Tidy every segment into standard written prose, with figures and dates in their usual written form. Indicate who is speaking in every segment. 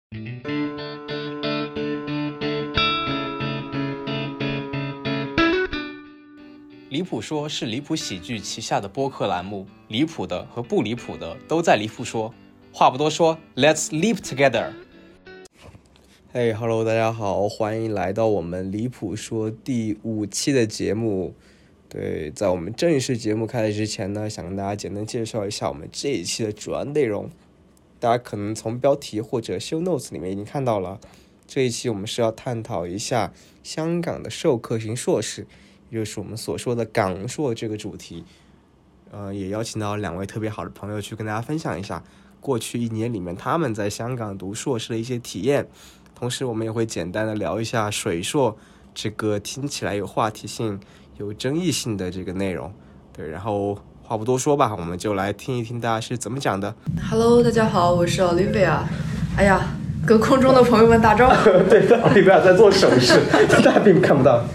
Speaker 1: 离谱说是离谱喜剧旗下的播客栏目，离谱的和不离谱的都在离谱说。话不多说 ，Let's live together。
Speaker 2: 嘿、Hello， 大家好，欢迎来到我们离谱说第5期的节目。对，在我们正式节目开始之前呢，想跟大家简单介绍一下我们这一期的主要内容。大家可能从标题或者 show notes 里面已经看到了，这一期我们是要探讨一下香港的授课型硕士，也就是我们所说的港硕这个主题。也邀请到2位特别好的朋友去跟大家分享一下过去1年里面他们在香港读硕士的一些体验。同时我们也会简单的聊一下水硕这个听起来有话题性有争议性的这个内容。对，然后话不多说吧，我们就来听一听大家是怎么讲的。
Speaker 3: Hello， 大家好，我是 Olivia。哎呀，跟空中的朋友们打招呼。
Speaker 2: 对，Olivia 在做手势大家并看不到。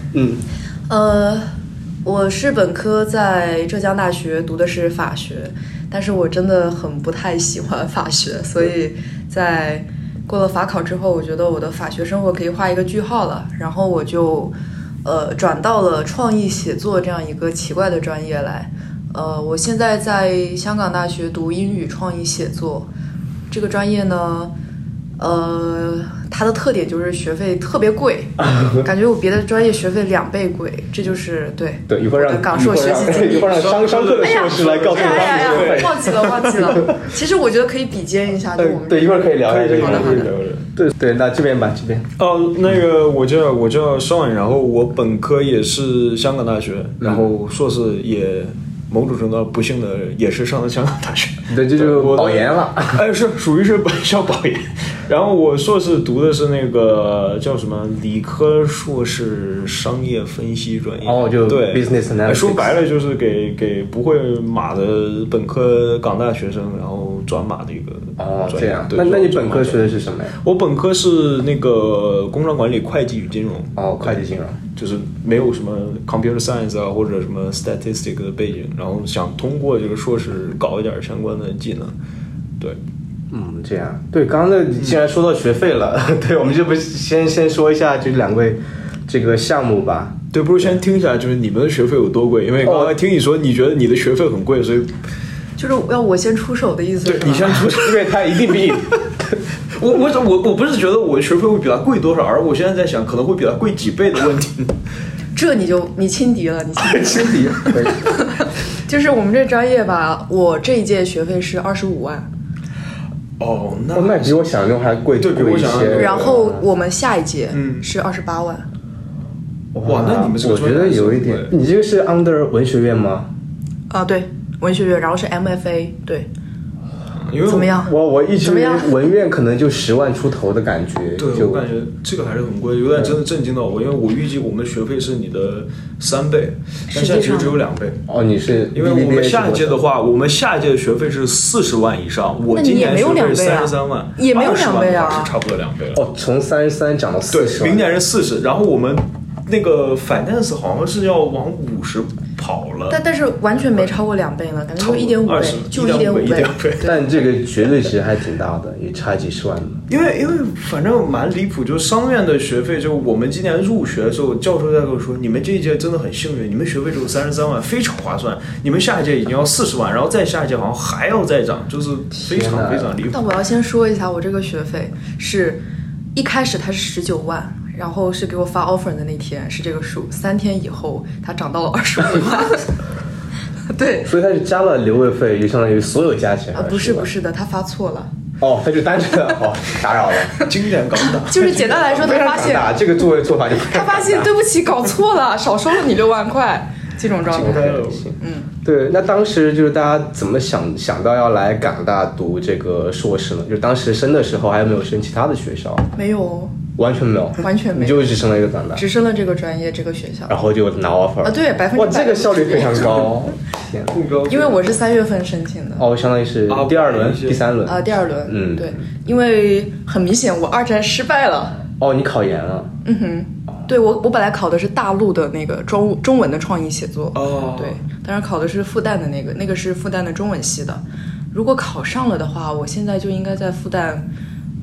Speaker 3: 我是本科在浙江大学读的是法学，但是我真的很不太喜欢法学，所以在过了法考之后，我觉得我的法学生活可以画一个句号了，然后我就转到了创意写作这样一个奇怪的专业来。我现在在香港大学读英语创意写作，这个专业呢它的特点就是学费特别贵，感觉我别的专业学费2倍贵，这就是对，
Speaker 2: 一会儿让
Speaker 3: 港硕学习经历，
Speaker 2: 一会儿让商科的硕士来告诉我当时学费。
Speaker 3: 忘记了。其实我觉得可以比肩一下，就我们
Speaker 2: 对，一会儿可以聊一下这个。
Speaker 3: 好的。
Speaker 2: 对，那这边吧，这边。
Speaker 4: 那个我叫 Sean， 然后我本科也是香港大学，然后硕士也某种程度不幸的也是上了香港大学。
Speaker 2: 对，这就保研了。
Speaker 4: 是属于是本校保研。然后我硕士读的是那个叫什么理科硕士商业分析专业。
Speaker 2: 就
Speaker 4: 对
Speaker 2: business analysis。
Speaker 4: 说白了就是给不会码的本科港大学生，然后转码的一个专业。
Speaker 2: 这样。那你本科学的是什么呀？
Speaker 4: 我本科是那个工商管理、会计与金融。
Speaker 2: 会计金融。
Speaker 4: 就是没有什么 computer science 啊或者什么 statistic 的背景，然后想通过这个硕士搞一点相关的技能。对。
Speaker 2: 这样。对，刚刚既然说到学费了，对，我们就不先说一下这2位这个项目吧。
Speaker 4: 对，不如先听一下就是你们的学费有多贵，因为刚才听你说你觉得你的学费很贵，所以
Speaker 3: 就是要我先出手的意思。
Speaker 4: 对，你先出手，
Speaker 2: 因为他一定比
Speaker 4: 我不是觉得我的学费会比他贵多少，而我现在在想可能会比他贵几倍的问题。
Speaker 3: 这你轻敌了，你
Speaker 2: 轻敌。
Speaker 3: 就是我们这专业吧，我这一届学费是25万。
Speaker 2: 那比我想象中还贵，
Speaker 4: 对，比我想象中。
Speaker 3: 然后我们下一届是28万。
Speaker 4: 哇，那你们这个
Speaker 2: 我觉得有一点。你这个是 under 文学院吗？
Speaker 3: 对，文学院，然后是 MFA， 对。怎么样？
Speaker 2: 我一直文院可能就10万出头的感觉。
Speaker 4: 对，我感觉这个还是很贵，有点真的震惊到我，因为我预计我们的学费是你的3倍，但现在其实只有2倍。
Speaker 2: 你是
Speaker 4: 因为我们下一届的话，我们下一届的学费是40万以上，我今年学费是33万，
Speaker 3: 也没有2倍啊，
Speaker 4: 是差不多2倍了。
Speaker 2: 从33涨到40万。
Speaker 4: 明年是40，然后我们那个 finance 好像是要往50跑了，
Speaker 3: 但是完全没超过2倍呢，感觉就1.5倍，就1.5倍。
Speaker 2: 但这个绝对值还挺大的，也差几十万。
Speaker 4: 因为反正蛮离谱，就商院的学费，就我们今年入学的时候，教授在跟我说，你们这一届真的很幸运，你们学费只有33万，非常划算。你们下一届已经要40万，然后再下一届好像还要再涨，就是非常非常离谱。
Speaker 3: 但我要先说一下，我这个学费是一开始它是19万。然后是给我发 offer 的那天是这个数，3天以后它涨到了25万。对，
Speaker 2: 所以它是加了留位费，就相当于所有加起来。
Speaker 3: 不是的，他发错了。
Speaker 2: 他就单纯的打扰了，
Speaker 4: 经典搞大。
Speaker 3: 就是简单来说，他发现
Speaker 2: 这个作为做法就
Speaker 3: 他发现对不起搞错了，少收了你6万块，这种状态。
Speaker 2: 对，那当时就是大家怎么想到要来港大读这个硕士呢？就当时升的时候还有没有升其他的学校？
Speaker 3: 没有。
Speaker 2: 完全没有，你就只升了一个港大，
Speaker 3: 只升了这个专业这个学校，
Speaker 2: 然后就拿 offer
Speaker 3: 对，100%。
Speaker 2: 哇，这个效率非常高。天，
Speaker 3: 因为我是3月份申请的。
Speaker 2: 相当于是第2轮、第3轮。
Speaker 3: 第2轮。对，因为很明显我2战失败了。
Speaker 2: 你考研了。
Speaker 3: 对，我本来考的是大陆的那个中文的创意写作。对，当然考的是复旦的那个是复旦的中文系的。如果考上了的话，我现在就应该在复旦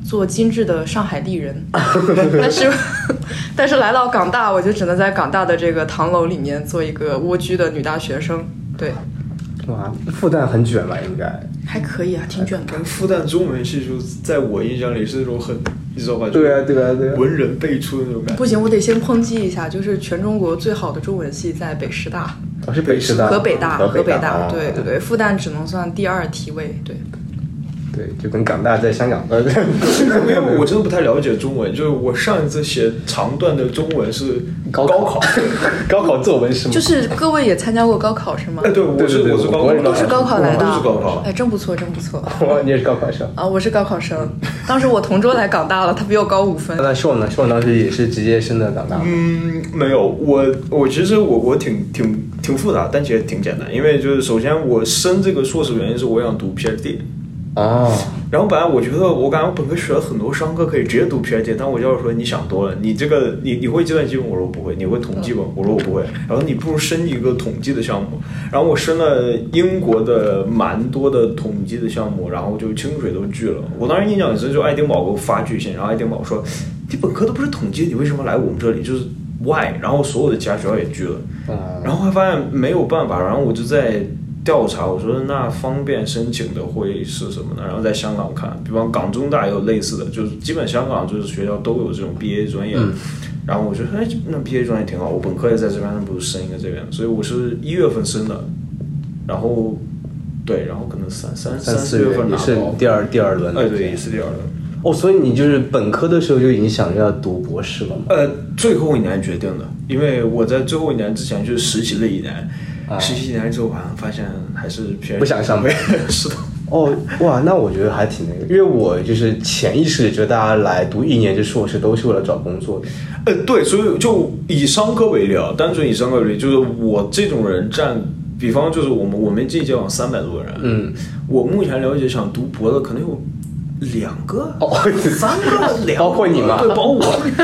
Speaker 3: 做精致的上海丽人，但是来到港大，我就只能在港大的这个唐楼里面做一个蜗居的女大学生。对，
Speaker 2: 哇，复旦很卷吧？应该
Speaker 3: 还可以啊，挺卷的。
Speaker 4: 跟复旦中文系就在我印象里是那种很，你知道吧？
Speaker 2: 对啊，
Speaker 4: 文人辈出的那种感觉。
Speaker 3: 不行，我得先抨击一下，就是全中国最好的中文系在北师大。
Speaker 2: 是北师大
Speaker 3: 和北大，对，复旦只能算第2梯位，对。
Speaker 2: 对，就跟港大在香港
Speaker 4: 因为我真的不太了解中文，就是我上一次写长段的中文是高考
Speaker 2: 高考作文是吗？
Speaker 3: 就是各位也参加过高考是吗？
Speaker 4: 对，我是高考，
Speaker 3: 都是高考来的，
Speaker 4: 都是高考。
Speaker 3: 哎，真不错。
Speaker 2: 你也是高考生
Speaker 3: 啊？我是高考生，当时我同桌来港大了，他比我高5分。
Speaker 2: 那硕呢？硕当时也是直接升的港大？
Speaker 4: 没有，我其实我挺复杂，但其实挺简单，因为就是首先我升这个硕士原因是我想读 PhD。然后本来我觉得我感觉我本科学了很多商科可以直接读 PhD， 但我教授说你想多了，你这个你会计算机吗？我说不会。你会统计吗？我说我不会。然后你不如升一个统计的项目。然后我升了英国的蛮多的统计的项目，然后就清水都拒了。我当时印象很深，就爱丁堡给我发拒信，然后爱丁堡说你本科都不是统计，你为什么来我们这里？就是 why？ 然后所有的其他学校也拒了。然后还发现没有办法，然后我就在调查，我说那方便申请的会是什么呢？然后在香港看，比方港中大也有类似的，就是基本香港就是学校都有这种 BA 专业。然后我觉得那 BA 专业挺好，我本科也在这边，那不如升一个这边，所以我是1月份升的，然后对，然后可能3、4月份拿到，
Speaker 2: 也是第二轮。
Speaker 4: 对，也是第2轮。
Speaker 2: 所以你就是本科的时候就已经想着要读博士了吗？
Speaker 4: 最后1年决定的，因为我在最后1年之前就是实习了1年。实习1年之后，发现还是
Speaker 2: 不想上班。
Speaker 4: 是的。
Speaker 2: 哇，那我觉得还挺那个，因为我就是潜意识觉得大家来读1年制硕士都是为了找工作的。
Speaker 4: 对，所以就以商科为例啊，单纯以商科为例，就是我这种人占，比方就是我们这一届往300多人，我目前了解想读博的可能有2个、3个，
Speaker 2: 包括你吗？
Speaker 4: 对，包括我。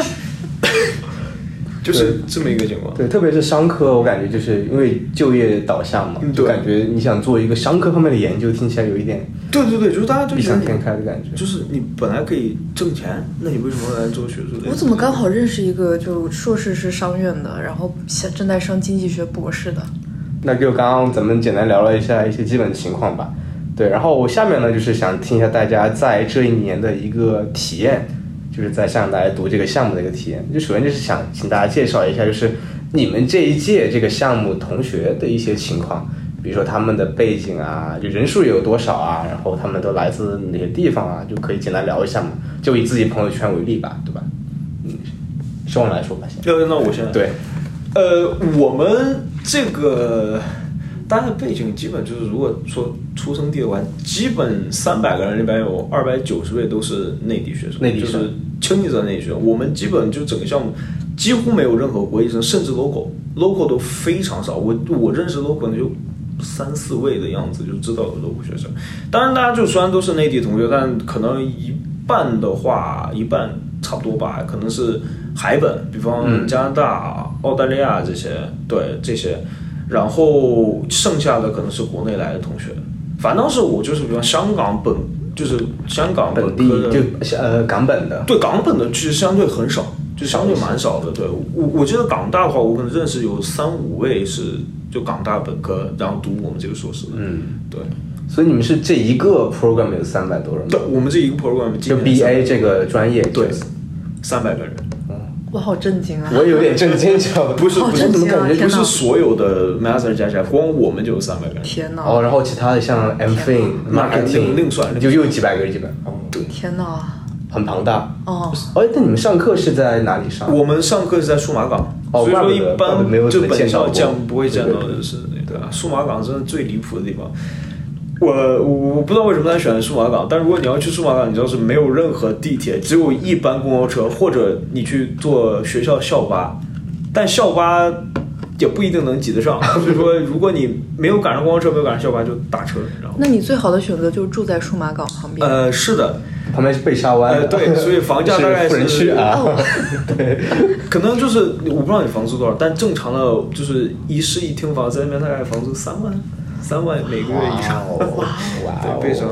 Speaker 4: 就是这么一个情况。
Speaker 2: 对，特别是商科，我感觉就是因为就业导向嘛，就感觉你想做一个商科方面的研究，听起来有一点
Speaker 4: 对，就是大家就
Speaker 2: 异想天开的感觉。
Speaker 4: 就是你本来可以挣钱，那你为什么来做学术？
Speaker 3: 我怎么刚好认识一个就硕士是商院的，然后正在升经济学博士的？
Speaker 2: 那就刚刚咱们简单聊了一下一些基本情况吧。对，然后我下面呢就是想听一下大家在这1年的一个体验。就是在向大家读这个项目的一个体验，就首先就是想请大家介绍一下，就是你们这一届这个项目同学的一些情况，比如说他们的背景啊，就人数有多少啊，然后他们都来自哪些地方啊，就可以简单聊一下嘛，就以自己朋友圈为例吧，对吧？希望来说吧，先。
Speaker 4: 那我先来。对，我们这个大家的背景基本就是，如果说出生地的话，基本300个人里边有290位都是内地学生，就是清一色内地学生。我们基本就整个项目几乎没有任何国际生，甚至 local 都非常少。我认识 local 就3、4位的样子，就知道有 local 学生。当然，大家就虽然都是内地同学，但可能一半的话，一半差不多吧，可能是海本，比方加拿大、澳大利亚这些，对这些。然后剩下的可能是国内来的同学，反倒是我就是比方香港就是香港
Speaker 2: 本地就港本的，
Speaker 4: 对港本的其实相对很少，就相对蛮少的。对我记得港大的话，我可能认识有3、5位是就港大本科，然后读我们这个硕士的。对。
Speaker 2: 所以你们是这一个 program 有300多人吗？
Speaker 4: 对，我们这一个 program
Speaker 2: 就 BA 这个专业，
Speaker 4: 对，300个人。
Speaker 3: 我好震惊啊！
Speaker 2: 我有点震惊，知道吧？
Speaker 4: 不是，
Speaker 3: 怎么
Speaker 4: 感觉不是所有的 master 加起来，光我们就有300个人。
Speaker 3: 天哪！
Speaker 2: 然后其他的像 MFin、marketing
Speaker 4: 另算，
Speaker 2: 就又几百个人，
Speaker 3: 对，天哪，
Speaker 2: 很庞大。那你们上课是在哪里上？
Speaker 4: 我们上课是在数码港，所以说一般就本校不会见到的是对吧？数码港真的最离谱的地方。我不知道为什么他选数码港，但如果你要去数码港，你知道是没有任何地铁，只有一班公交车，或者你去坐学校校巴，但校巴也不一定能挤得上，所以说如果你没有赶上公交车，没有赶上校巴，就打车。
Speaker 3: 那你最好的选择就是住在数码港旁边。
Speaker 4: 是的，
Speaker 2: 旁边是贝沙湾。
Speaker 4: 对，所以房价大概是
Speaker 2: 富人区啊。
Speaker 4: 对，可能就是我不知道你房租多少，但正常的就是1室1厅房在那边大概房租3万每个月以上。
Speaker 3: 哇，
Speaker 4: 对，贝沙湾。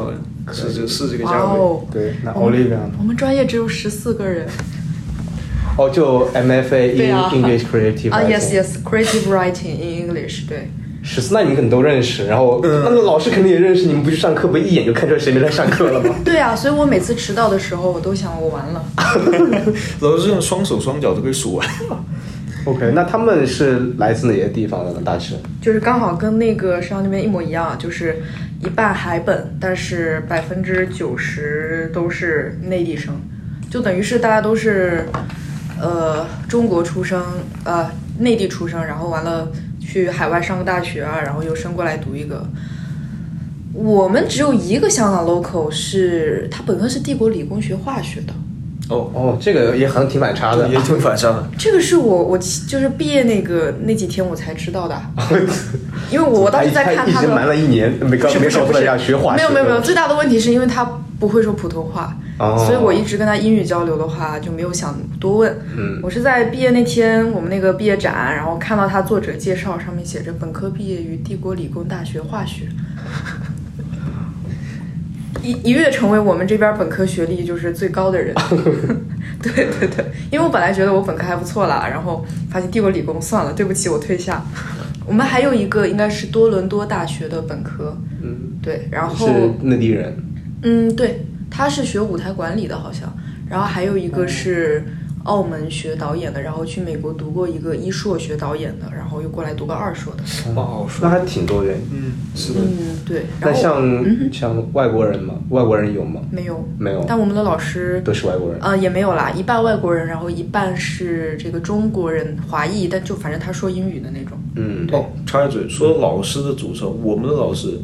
Speaker 4: 是这个价位。
Speaker 2: 对，那 Olivia
Speaker 3: 我们专业只有14个人。
Speaker 2: 哦，就 MFA in English Creative Writing。
Speaker 3: Yes, Creative Writing in English。对。
Speaker 2: 14，那你们可能都认识，然后那个老师肯定也认识，你们不去上课，不一眼就看出来谁没来上课了吗？
Speaker 3: 对啊，所以我每次迟到的时候，我都想我完了。
Speaker 4: 老师用双手双脚都可以数完。
Speaker 2: OK， 那他们是来自哪些地方的呢？大致
Speaker 3: 就是刚好跟那个上那边一模一样，就是一半海本，但是90%都是内地生，就等于是大家都是中国出生，内地出生，然后完了去海外上个大学啊，然后又升过来读一个。我们只有一个香港 local 是他本科是帝国理工学化学的。
Speaker 2: 哦，这个也挺反差的，
Speaker 4: 也挺反差的。
Speaker 3: 这个是我就是毕业那几天我才知道的，因为我当时在看他的，
Speaker 2: 一直瞒了1年，没告诉大家学化学。
Speaker 3: 没有，最大的问题是因为他不会说普通话，所以我一直跟他英语交流的话就没有想多问。我是在毕业那天我们那个毕业展，然后看到他作者介绍上面写着本科毕业于帝国理工大学化学。一跃成为我们这边本科学历就是最高的人。对，因为我本来觉得我本科还不错啦，然后发现帝国理工算了，对不起，我退下。我们还有一个应该是多伦多大学的本科，对，然后
Speaker 2: 是内地人，
Speaker 3: 对，他是学舞台管理的好像，然后还有一个是澳门学导演的，然后去美国读过一个1硕学导演的，然后又过来读个2硕的。
Speaker 2: 那还挺多元。
Speaker 4: 是的。
Speaker 3: 对。
Speaker 2: 那像外国人吗？外国人有吗？
Speaker 3: 没有。
Speaker 2: 但
Speaker 3: 我们的老师
Speaker 2: 都是外国人。
Speaker 3: 也没有啦，一半外国人，然后一半是这个中国人华裔，但就反正他说英语的那种。
Speaker 4: 插一嘴，说老师的组成，我们的老师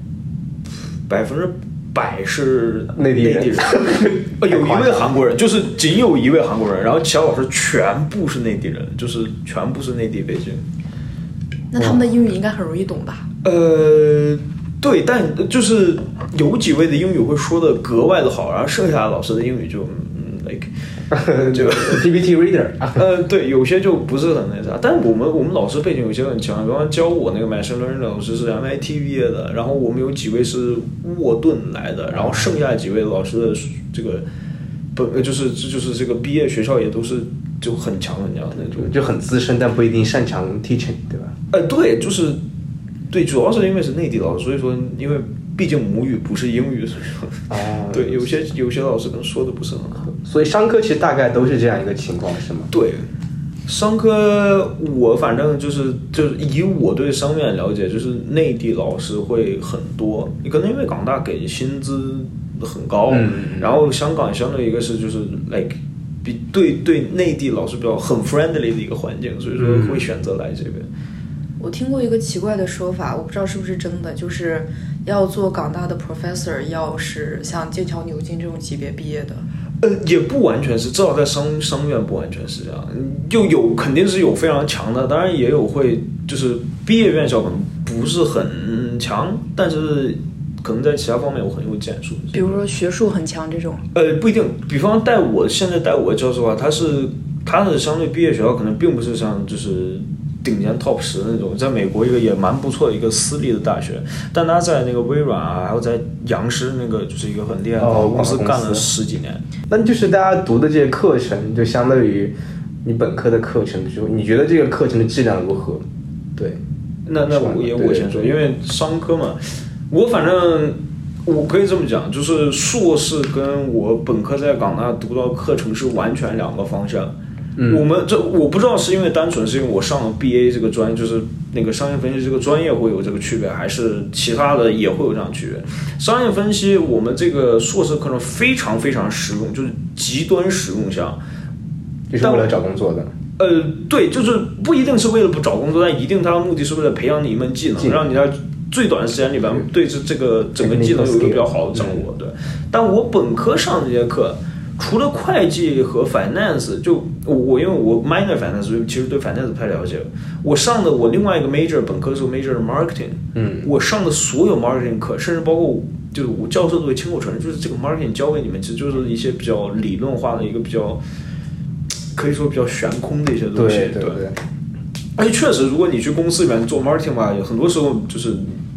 Speaker 4: 100%是内地人。有一位韩国人，就是仅有一位韩国人，然后其他老师全部是内地人，就是全部是内地北京。
Speaker 3: 那他们的英语应该很容易懂吧？
Speaker 4: 对，但就是有几位的英语会说的格外的好，然后剩下的老师的英语就就
Speaker 2: PPT reader。
Speaker 4: 对，有些就不是很那啥。但我们老师背景有些很强，比方教我那个 machine learning 老师是 MIT 毕业的，然后我们有几位是沃顿来的，然后剩下几位老师的这个就是这个毕业学校也都是就很强那种，
Speaker 2: 就很资深，但不一定擅长 teaching， 对吧？
Speaker 4: 对，就是对，主要是因为是内地老师，所以说因为毕竟母语不是英语，所以说对，有些老师可能说的不是很好。
Speaker 2: 所以商科其实大概都是这样一个情况，是吗？
Speaker 4: 对，商科我反正就是以我对商院了解，就是内地老师会很多，可能因为港大给薪资很高，然后香港相对一个是就是 like 对内地老师比较很 friendly 的一个环境，所以说会选择来这边。
Speaker 3: 我听过一个奇怪的说法，我不知道是不是真的，就是要做港大的 professor 要是像剑桥牛津这种级别毕业的。
Speaker 4: 也不完全是，至少在商院不完全是这样，就有肯定是有非常强的，当然也有会就是毕业院校可能不是很强，但是可能在其他方面我很有建树。
Speaker 3: 比如说学术很强这种。
Speaker 4: 不一定，比方现在带我的教授啊，他的相对毕业学校可能并不是像就是顶尖 top 10那种，在美国一个也蛮不错的一个私立的大学，但他在那个微软啊，还有在杨师那个就是一个很厉害的公司干了10几年。
Speaker 2: 那就是大家读的这些课程，就相当于你本科的课程，就你觉得这个课程的质量如何？对，
Speaker 4: 那我先说，因为商科嘛，我反正我可以这么讲，就是硕士跟我本科在港大读到课程是完全两个方向。我不知道是因为单纯是因为我上了 BA 这个专业，就是那个商业分析这个专业会有这个区别，还是其他的也会有这样区别。商业分析我们这个硕士课程非常非常实用，就是极端实用项，
Speaker 2: 就是为了找工作的。
Speaker 4: 对，就是不一定是为了不找工作，但一定它的目的是为了培养你一门技能，让你在最短的时间里边对这个整个技能有一个比较好的掌握。对，但我本科上这节课，除了会计和 finance， 就我因为我 minor finance， 所以其实对 finance 不太了解。我上的我另外一个 major 本科是 major 的 marketing，我上的所有 marketing 课，甚至包括就是我教授都会亲口承认，就是这个 marketing 教给你们，其实就是一些比较理论化的一个比较可以说比较悬空的一些东西。对。而且确实，如果你去公司里面做 marketing 吧，很多时候就是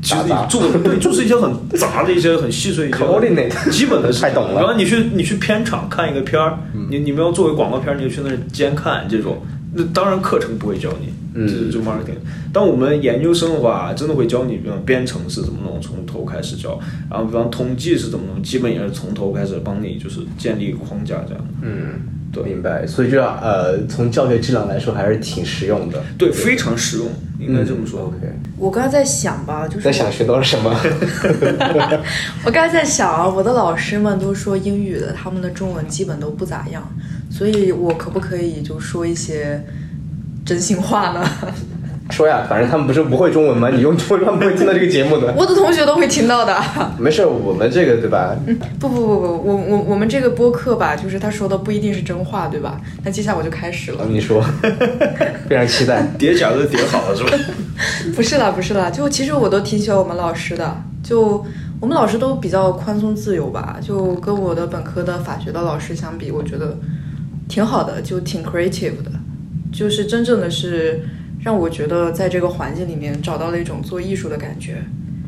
Speaker 4: 其实你做对，就是一些很杂的一些很细碎一些基本的事情。
Speaker 2: 太懂了。
Speaker 4: 然后你去片场看一个片儿，你们要作为广告片，你就去那儿监看这种。那当然课程不会教你，就 marketing。但我们研究生的话，真的会教你，比方编程是怎么弄，从头开始教。然后比方统计是怎么弄，基本也是从头开始帮你就是建立一个框架这样。
Speaker 2: 对，明白。所以就从教学质量来说还是挺实用的。
Speaker 4: 对，非常实用，应该这么说。
Speaker 2: OK。
Speaker 3: 我刚才在想吧，就是
Speaker 2: 在想学到了什么？
Speaker 3: 我刚才在想啊，我的老师们都说英语的，他们的中文基本都不咋样，所以我可不可以就说一些真心话呢？
Speaker 2: 说呀，反正他们不是不会中文吗？你用中文，他们不会听到这个节目的。
Speaker 3: 我的同学都会听到的。
Speaker 2: 没事，我们这个对吧？
Speaker 3: 不，我们这个播客吧，就是他说的不一定是真话，对吧？那接下来我就开始了。
Speaker 2: 你说，非常期待。
Speaker 4: 叠甲都叠好了是吧？
Speaker 3: 不是啦，就其实我都挺喜欢我们老师的，就我们老师都比较宽松自由吧，就跟我的本科的法学的老师相比，我觉得挺好的，就挺 creative 的，就是真正的是让我觉得在这个环境里面找到了一种做艺术的感觉。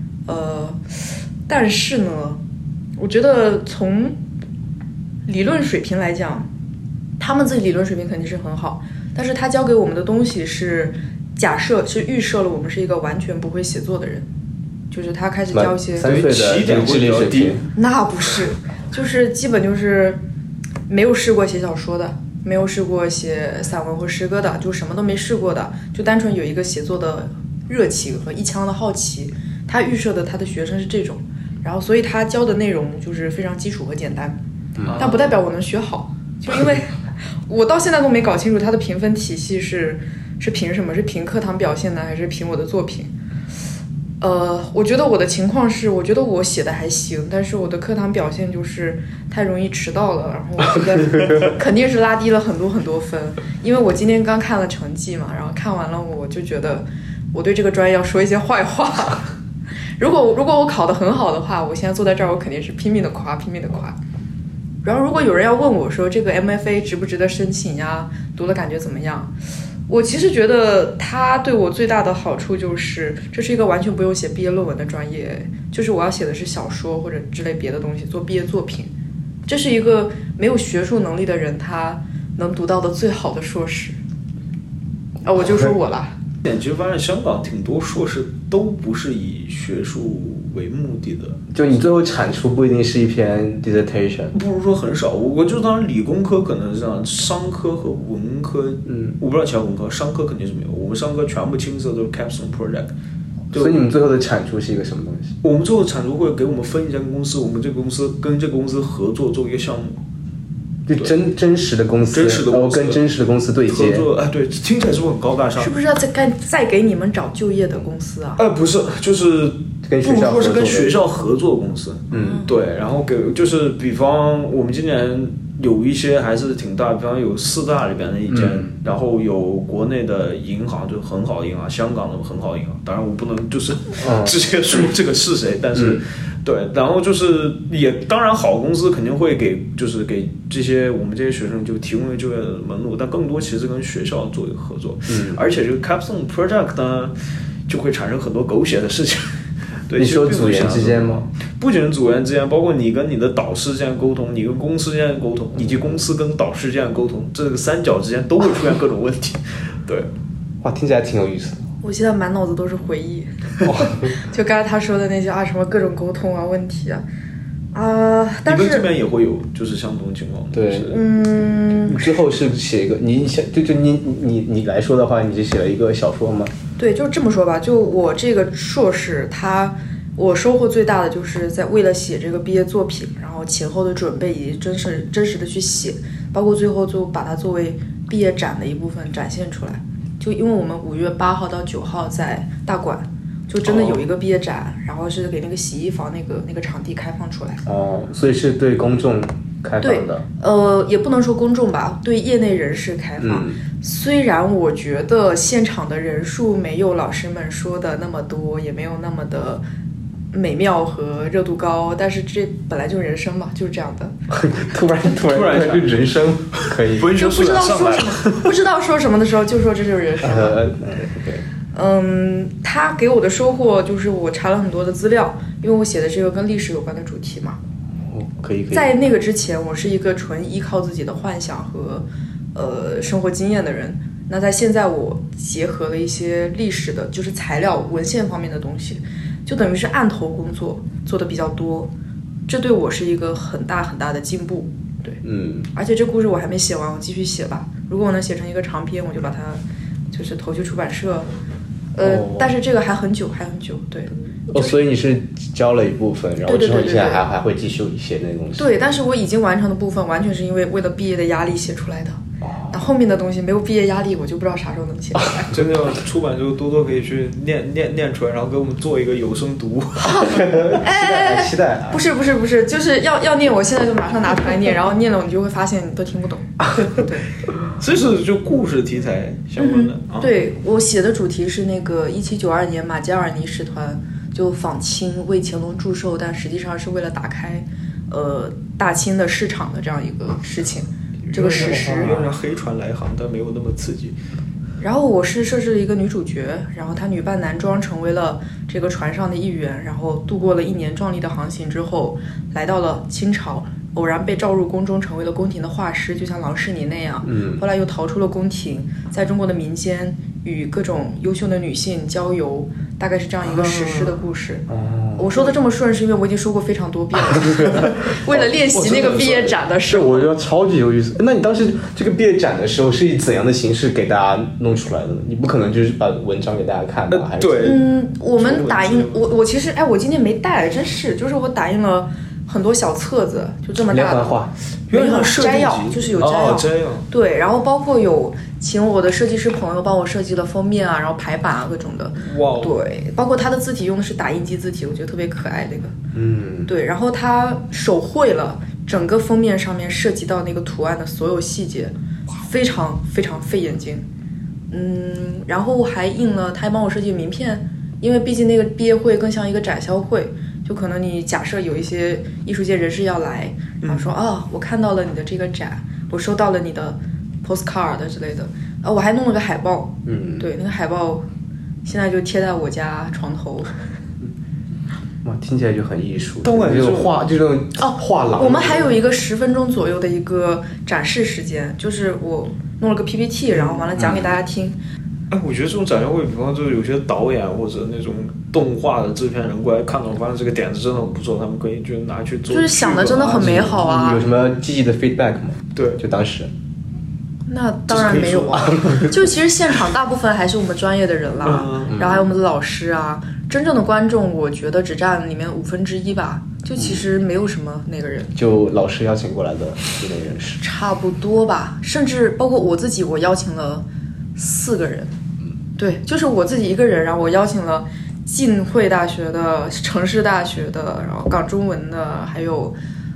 Speaker 3: 但是呢，我觉得从理论水平来讲，他们自己理论水平肯定是很好，但是他教给我们的东西是假设是预设了我们是一个完全不会写作的人，就是他开始教一些
Speaker 2: 3岁的这个智力水平，
Speaker 3: 那不是，就是基本就是没有试过写小说的，没有试过写散文或诗歌的，就什么都没试过的，就单纯有一个写作的热情和一腔的好奇。他预设的他的学生是这种，然后所以他教的内容就是非常基础和简单，但不代表我能学好，就因为我到现在都没搞清楚他的评分体系是凭什么，是凭课堂表现呢，还是凭我的作品？我觉得我的情况是，我觉得我写的还行，但是我的课堂表现就是太容易迟到了，然后我觉得肯定是拉低了很多很多分。因为我今天刚看了成绩嘛，然后看完了我就觉得我对这个专业要说一些坏话。如果我考得很好的话，我现在坐在这儿，我肯定是拼命的夸。然后如果有人要问我说这个 MFA 值不值得申请呀，读了感觉怎么样，我其实觉得它对我最大的好处就是这是一个完全不用写毕业论文的专业，就是我要写的是小说或者之类别的东西做毕业作品，这是一个没有学术能力的人他能读到的最好的硕士。我就说我了。
Speaker 4: 其实发现香港挺多硕士都不是以学术为目的的，
Speaker 2: 就你最后产出不一定是一篇 dissertation，
Speaker 4: 不如说很少。我就当然理工科可能是这样，商科和文科，我不知道其他文科，商科肯定是没有。我们商科全部青色都是 capstone project。
Speaker 2: 所以你们最后的产出是一个什么东西？
Speaker 4: 我们最后产出会给我们分一家公司，我们这个公司跟这个公司合作做一个项目。
Speaker 2: 就真实的公司，然后跟真实的公司对接。
Speaker 4: 对，听起来是不是很高大上？
Speaker 3: 是不是要再给你们找就业的公司啊？
Speaker 4: 不是，就是
Speaker 2: 跟学校合作，
Speaker 4: 不如说是跟学校合作公司。对，然后就是比方我们今年有一些还是挺大，比方有4大里边的一间，然后有国内的银行，就很好的银行，香港的很好的银行。当然我不能就是直接说这个是谁，但是。对，然后就是也当然好公司肯定会给这些我们这些学生就提供就业的门路，但更多其实跟学校做一个合作。而且这个 capstone project 呢就会产生很多狗血的事情。对，
Speaker 2: 你说组员之间吗？
Speaker 4: 不仅是组员之间，包括你跟你的导师之间沟通，你跟公司之间沟通，以及公司跟导师之间沟通，这个三角之间都会出现各种问题。对，
Speaker 2: 哇，听起来挺有意思的。
Speaker 3: 我现在满脑子都是回忆，就刚才他说的那些什么各种沟通问题但是
Speaker 4: 你们这边也会有就是相同情况。
Speaker 2: 对，你之后是写一个，你来说的话，你是写了一个小说吗？
Speaker 3: 对，就这么说吧，就我这个硕士，我收获最大的就是在为了写这个毕业作品，然后前后的准备以及真实的去写，包括最后就把它作为毕业展的一部分展现出来。就因为我们5月8号到9号在大馆，就真的有一个毕业展，然后是给那个洗衣房那个场地开放出来。
Speaker 2: 所以是对公众开放的。
Speaker 3: 也不能说公众吧，对业内人士开放。虽然我觉得现场的人数没有老师们说的那么多，也没有那么的美妙和热度高，但是这本来就是人生嘛，就是这样的。
Speaker 2: 突然就人生可以，
Speaker 3: 就不知道说什么的时候就说这就是人生。 他给我的收获就是我查了很多的资料，因为我写的是一个跟历史有关的主题嘛。
Speaker 2: 可以。
Speaker 3: 在那个之前，我是一个纯依靠自己的幻想和生活经验的人。那在现在，我结合了一些历史的，就是材料文献方面的东西，就等于是案头工作做的比较多，这对我是一个很大很大的进步。对，而且这故事我还没写完，我继续写吧。如果我能写成一个长篇，我就把它就是投去出版社。但是这个还很久，对。
Speaker 2: 所以你是交了一部分，然后之后你现在还会继续写那东西。
Speaker 3: 对，但是我已经完成的部分，完全是因为了毕业的压力写出来的。那后面的东西没有毕业压力，我就不知道啥时候能写出来。
Speaker 4: 真的出版之后，多多可以去念出来，然后给我们做一个有声读。
Speaker 2: 期待。
Speaker 3: 不是，就是要念，我现在就马上拿出来念，然后念了你就会发现你都听不懂。对，
Speaker 4: 这是就故事题材相关的。
Speaker 3: 对，我写的主题是那个1792年马加尔尼使团就访清为乾隆祝寿，但实际上是为了打开大清的市场的这样一个事情。这个史实
Speaker 4: 有点黑船来航，但没有那么刺激。
Speaker 3: 然后我是设置了一个女主角，然后她女扮男装成为了这个船上的一员，然后度过了1年壮丽的航行之后，来到了清朝，偶然被召入宫中，成为了宫廷的画师，就像郎世宁那样。后来又逃出了宫廷，在中国的民间与各种优秀的女性交游，大概是这样一个史诗的故事。我说的这么顺是因为我已经说过非常多遍了。为了练习那个毕业展的时候，
Speaker 2: 我觉得超级有意思。那你当时这个毕业展的时候是以怎样的形式给大家弄出来的呢？你不可能就是把文章给大家看吧？还是
Speaker 4: 对，
Speaker 3: 我们打印，我其实我今天没带，真是，就是我打印了很多小册子，就这么大的
Speaker 2: 画，
Speaker 3: 没有摘要，就是有摘要，对，然后包括有请我的设计师朋友帮我设计了封面啊，然后排版啊各种的，
Speaker 4: 哇，
Speaker 3: 对，包括他的字体用的是打印机字体，我觉得特别可爱那个，对，然后他手绘了整个封面上面涉及到那个图案的所有细节，非常非常费眼睛，然后还印了，他还帮我设计名片，因为毕竟那个毕业会更像一个展销会。就可能你假设有一些艺术界人士要来，然后说我看到了你的这个展，我收到了你的 postcard 之类的，我还弄了个海报，对，那个海报现在就贴在我家床头。
Speaker 2: 哇，听起来就很艺术，
Speaker 4: 但我
Speaker 2: 就画这种画廊。
Speaker 3: 我们还有一个10分钟左右的一个展示时间，就是我弄了个 PPT， 然后完了讲给大家听。
Speaker 4: 我觉得这种展销会，比方说有些导演或者那种动画的制片人过来看到，发现这个点子真的很不错，他们可以就拿去做，
Speaker 3: 就是想的真的很美好啊。
Speaker 2: 有什么积极的 feedback 吗？
Speaker 4: 对，
Speaker 2: 就当时。
Speaker 3: 那当然没有啊，就其实现场大部分还是我们专业的人啦，然后还有我们的老师啊，真正的观众我觉得只占里面1/5吧，就其实没有什么那个人，
Speaker 2: 就老师邀请过来的这类人士，
Speaker 3: 差不多吧，甚至包括我自己，我邀请了4个人，对，就是我自己一个人，然后我邀请了浸会大学的、城市大学的，然后港中文的，还有，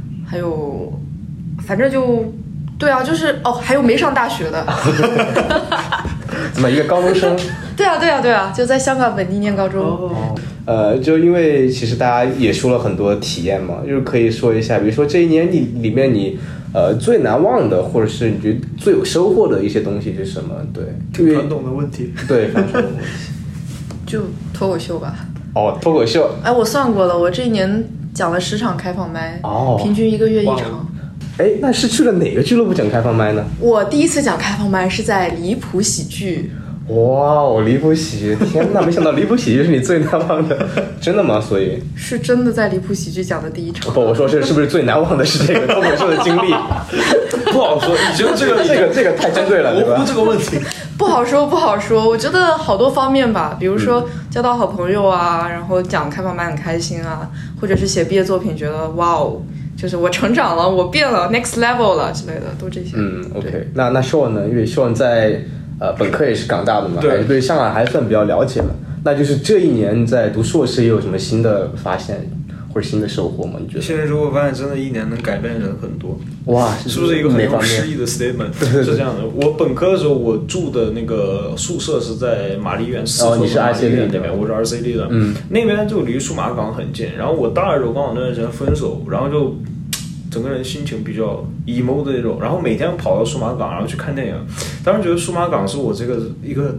Speaker 3: 反正就。对啊，就是还有没上大学的，
Speaker 2: 怎么一个高中生？
Speaker 3: 对啊，就在香港本地念高中。
Speaker 2: 就因为其实大家也说了很多体验嘛，就是可以说一下，比如说这1年里面你最难忘的，或者是你觉得最有收获的一些东西是什么？对，
Speaker 4: 传统的问题，
Speaker 2: 对，传统的问题，
Speaker 3: 就脱口秀吧。
Speaker 2: 脱口秀。
Speaker 3: 我算过了，我这1年讲了10场开放麦，平均1个月1场。
Speaker 2: 那是去了哪个俱乐部讲开放麦呢？
Speaker 3: 我第一次讲开放麦是在离谱喜剧。
Speaker 2: 哇，离谱喜剧！天哪，没想到离谱喜剧是你最难忘的，真的吗？所以
Speaker 3: 是真的在离谱喜剧讲的第1场。
Speaker 2: 不，我说是不是最难忘的是这个脱口秀的经历？
Speaker 4: 不好说，你觉得
Speaker 2: 这个太针对了，对吧？
Speaker 4: 这个问题
Speaker 3: 不好说。我觉得好多方面吧，比如说交到好朋友啊，然后讲开放麦很开心啊，或者是写毕业作品觉得哇哦。就是我成长了，我变了 ，next level 了之类的，都这些。
Speaker 2: OK， 那Sean呢？因为Sean在本科也是港大的嘛，还是对上海还算比较了解了。那就是这1年在读硕士，也有什么新的发现或者新的收获吗？你觉得？
Speaker 4: 现在收获发现，真的1年能改变人很多。
Speaker 2: 哇，
Speaker 4: 是不是一个很有诗意的 statement？ 是这样的，我本科的时候，我住的那个宿舍是在玛丽苑4
Speaker 2: 你是 RCD
Speaker 4: 那边，我是 RCD 的，那边就离数码港很近。然后我大2时候刚好那段时间分手，然后就整个人心情比较 emo 的那种，然后每天跑到数码港，然后去看电影。当时觉得数码港是我这个一个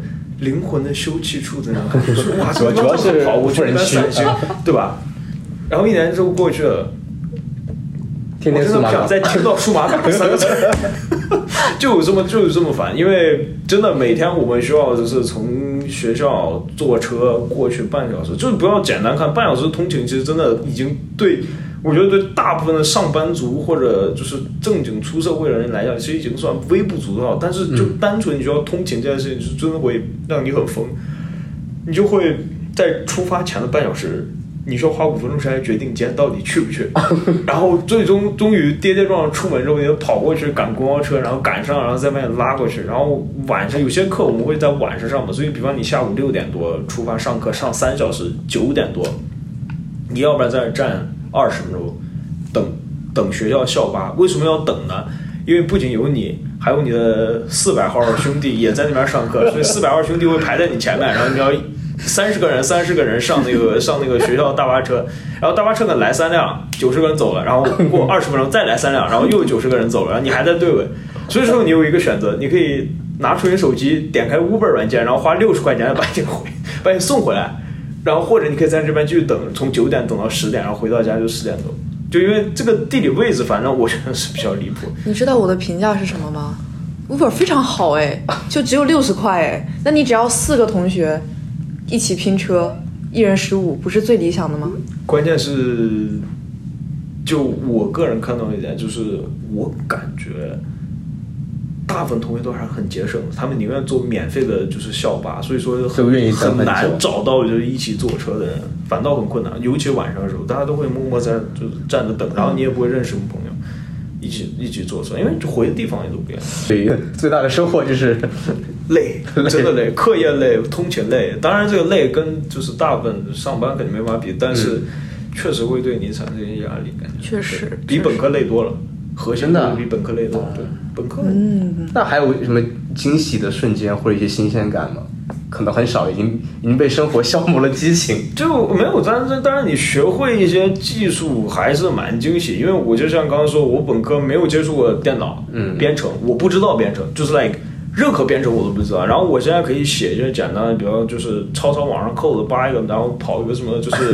Speaker 4: 灵魂的休憩处的那种感觉，说哇，
Speaker 2: 主要是
Speaker 4: 好，我去那边散心，对吧？然后1年之后过去了，
Speaker 2: 天天
Speaker 4: 我真的不想再听到数码港3个字，就是这么烦，因为真的每天我们需要就是从学校坐车过去半小时，就是不要简单看半小时通勤，其实真的已经我觉得对大部分的上班族或者就是正经出社会的人来讲，其实已经算微不足道。但是就单纯你需要通勤这件事情，是真的会让你很疯。你就会在出发前的半小时，你需要花5分钟时间决定今天到底去不去，然后终于跌跌撞撞出门之后，你就跑过去赶公交车，然后赶上，然后再把你拉过去。然后晚上有些课我们会在晚上上嘛，所以比方你下午6点多出发上课，上3小时，9点多，你要不然在那站20分钟，等学校校巴。为什么要等呢？因为不仅有你，还有你的400号兄弟也在那边上课，所以400号兄弟会排在你前面，然后你要30个人上那个学校大巴车，然后大巴车呢来3辆，90个人走了，然后过20分钟再来3辆，然后又90个人走了，然后你还在队尾。所以说你有一个选择，你可以拿出你手机，点开 Uber 软件，然后花60块钱把你送回来。然后或者你可以在这边继续等，从9点等到10点，然后回到家就10点多。就因为这个地理位置，反正我觉得是比较离谱。
Speaker 3: 你知道我的评价是什么吗？ Uber 非常好哎，就只有60块哎，那你只要4个同学一起拼车，1人15，不是最理想的吗？
Speaker 4: 关键是，就我个人看到一点，就是我感觉大部分同学都还是很节省的，他们宁愿坐免费的就是校巴，所以说很难找到就是一起坐车的人，反倒很困难。尤其晚上的时候，大家都会默默在就是站着等，然后你也不会认识什么朋友，一起坐车，因为回的地方也都不一样。
Speaker 2: 所以最大的收获就是
Speaker 4: 累，真的累，课业累，通勤累。当然这个累跟就是大部分上班肯定没法比，但是确实会对你产生一些压力，感觉
Speaker 3: 确实
Speaker 4: 比本科累多了。核心的比本科累多了，对，本科。
Speaker 2: 那还有什么惊喜的瞬间或者一些新鲜感吗？可能很少，已经被生活消磨了激情。
Speaker 4: 就没有，当然你学会一些技术还是蛮惊喜，因为我就像刚刚说，我本科没有接触过电脑，编程，我不知道编程，就是 like 任何编程我都不知道。然后我现在可以写一些简单的，比如就是抄网上code扒一个，然后跑一个什么就是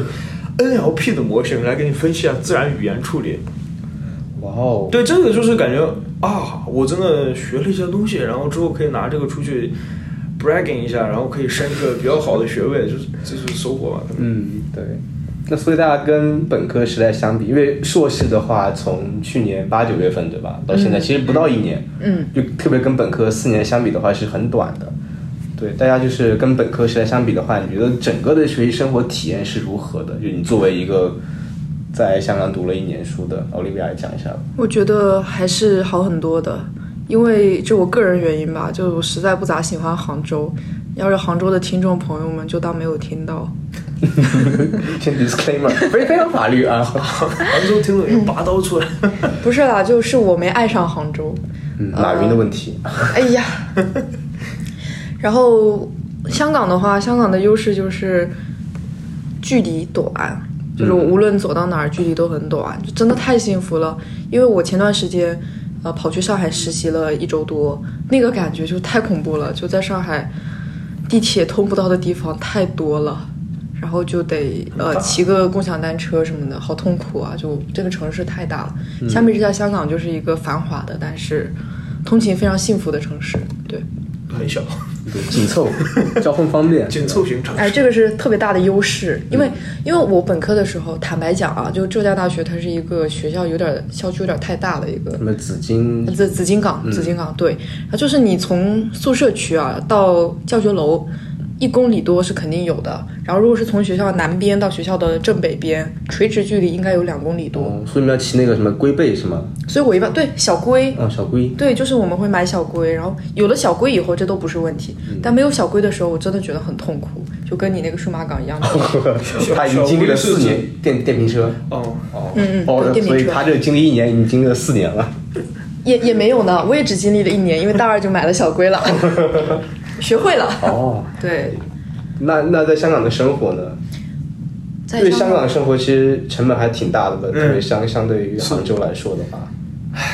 Speaker 4: NLP 的模型来给你分析自然语言处理。
Speaker 2: 哇哦，
Speaker 4: 对，这个就是感觉啊，我真的学了一些东西，然后之后可以拿这个出去 bragging 一下，然后可以升一个比较好的学位，就是收获吧。
Speaker 2: 对。那所以大家跟本科时代相比，因为硕士的话，从去年8、9月份对吧，到现在其实不到1年，就特别跟本科4年相比的话是很短的。对，大家就是跟本科时代相比的话，你觉得整个的学习生活体验是如何的？就你作为一个在香港读了1年书的奥利维亚来讲一下吧。
Speaker 3: 我觉得还是好很多的，因为就我个人原因吧，就我实在不咋喜欢杭州。要是杭州的听众朋友们就当没有听到。
Speaker 2: 先 disclaimer， 非常法律啊。
Speaker 4: 杭州听众又拔刀出来。
Speaker 3: 不是啦，就是我没爱上杭州。
Speaker 2: 马云的问题。
Speaker 3: 哎呀。然后香港的话，香港的优势就是距离短。就是我无论走到哪儿，距离都很短，就真的太幸福了。因为我前段时间，跑去上海实习了1周多，那个感觉就太恐怖了。就在上海，地铁通不到的地方太多了，然后就得骑个共享单车什么的，好痛苦啊！就这个城市太大了。相比之下，香港就是一个繁华的，但是通勤非常幸福的城市。对，
Speaker 4: 很小。
Speaker 2: 紧凑，交通方便，
Speaker 4: 紧凑型城市。
Speaker 3: 哎，这个是特别大的优势，因为我本科的时候，坦白讲啊，就浙江大学它是一个学校校区有点太大的一个。
Speaker 2: 什么紫金
Speaker 3: 港，对，然后就是你从宿舍区啊到教学楼1公里多是肯定有的，然后如果是从学校南边到学校的正北边，垂直距离应该有2公里多。
Speaker 2: 所以你们要骑那个什么龟背是吗？
Speaker 3: 所以我一般对小龟，
Speaker 2: 小龟，
Speaker 3: 对，就是我们会买小龟，然后有了小龟以后这都不是问题，但没有小龟的时候我真的觉得很痛苦，就跟你那个数码港一样的。
Speaker 2: 他已经经历了4年电瓶车。
Speaker 3: 电瓶车，
Speaker 2: 所以他这经历1年已经经历了4年了。
Speaker 3: 也没有呢，我也只经历了1年，因为大2就买了小龟了。学会了。对。
Speaker 2: 那在香港的生活呢？对香港的生活其实成本还挺大的吧，特别相对于杭州来说的话。
Speaker 3: 那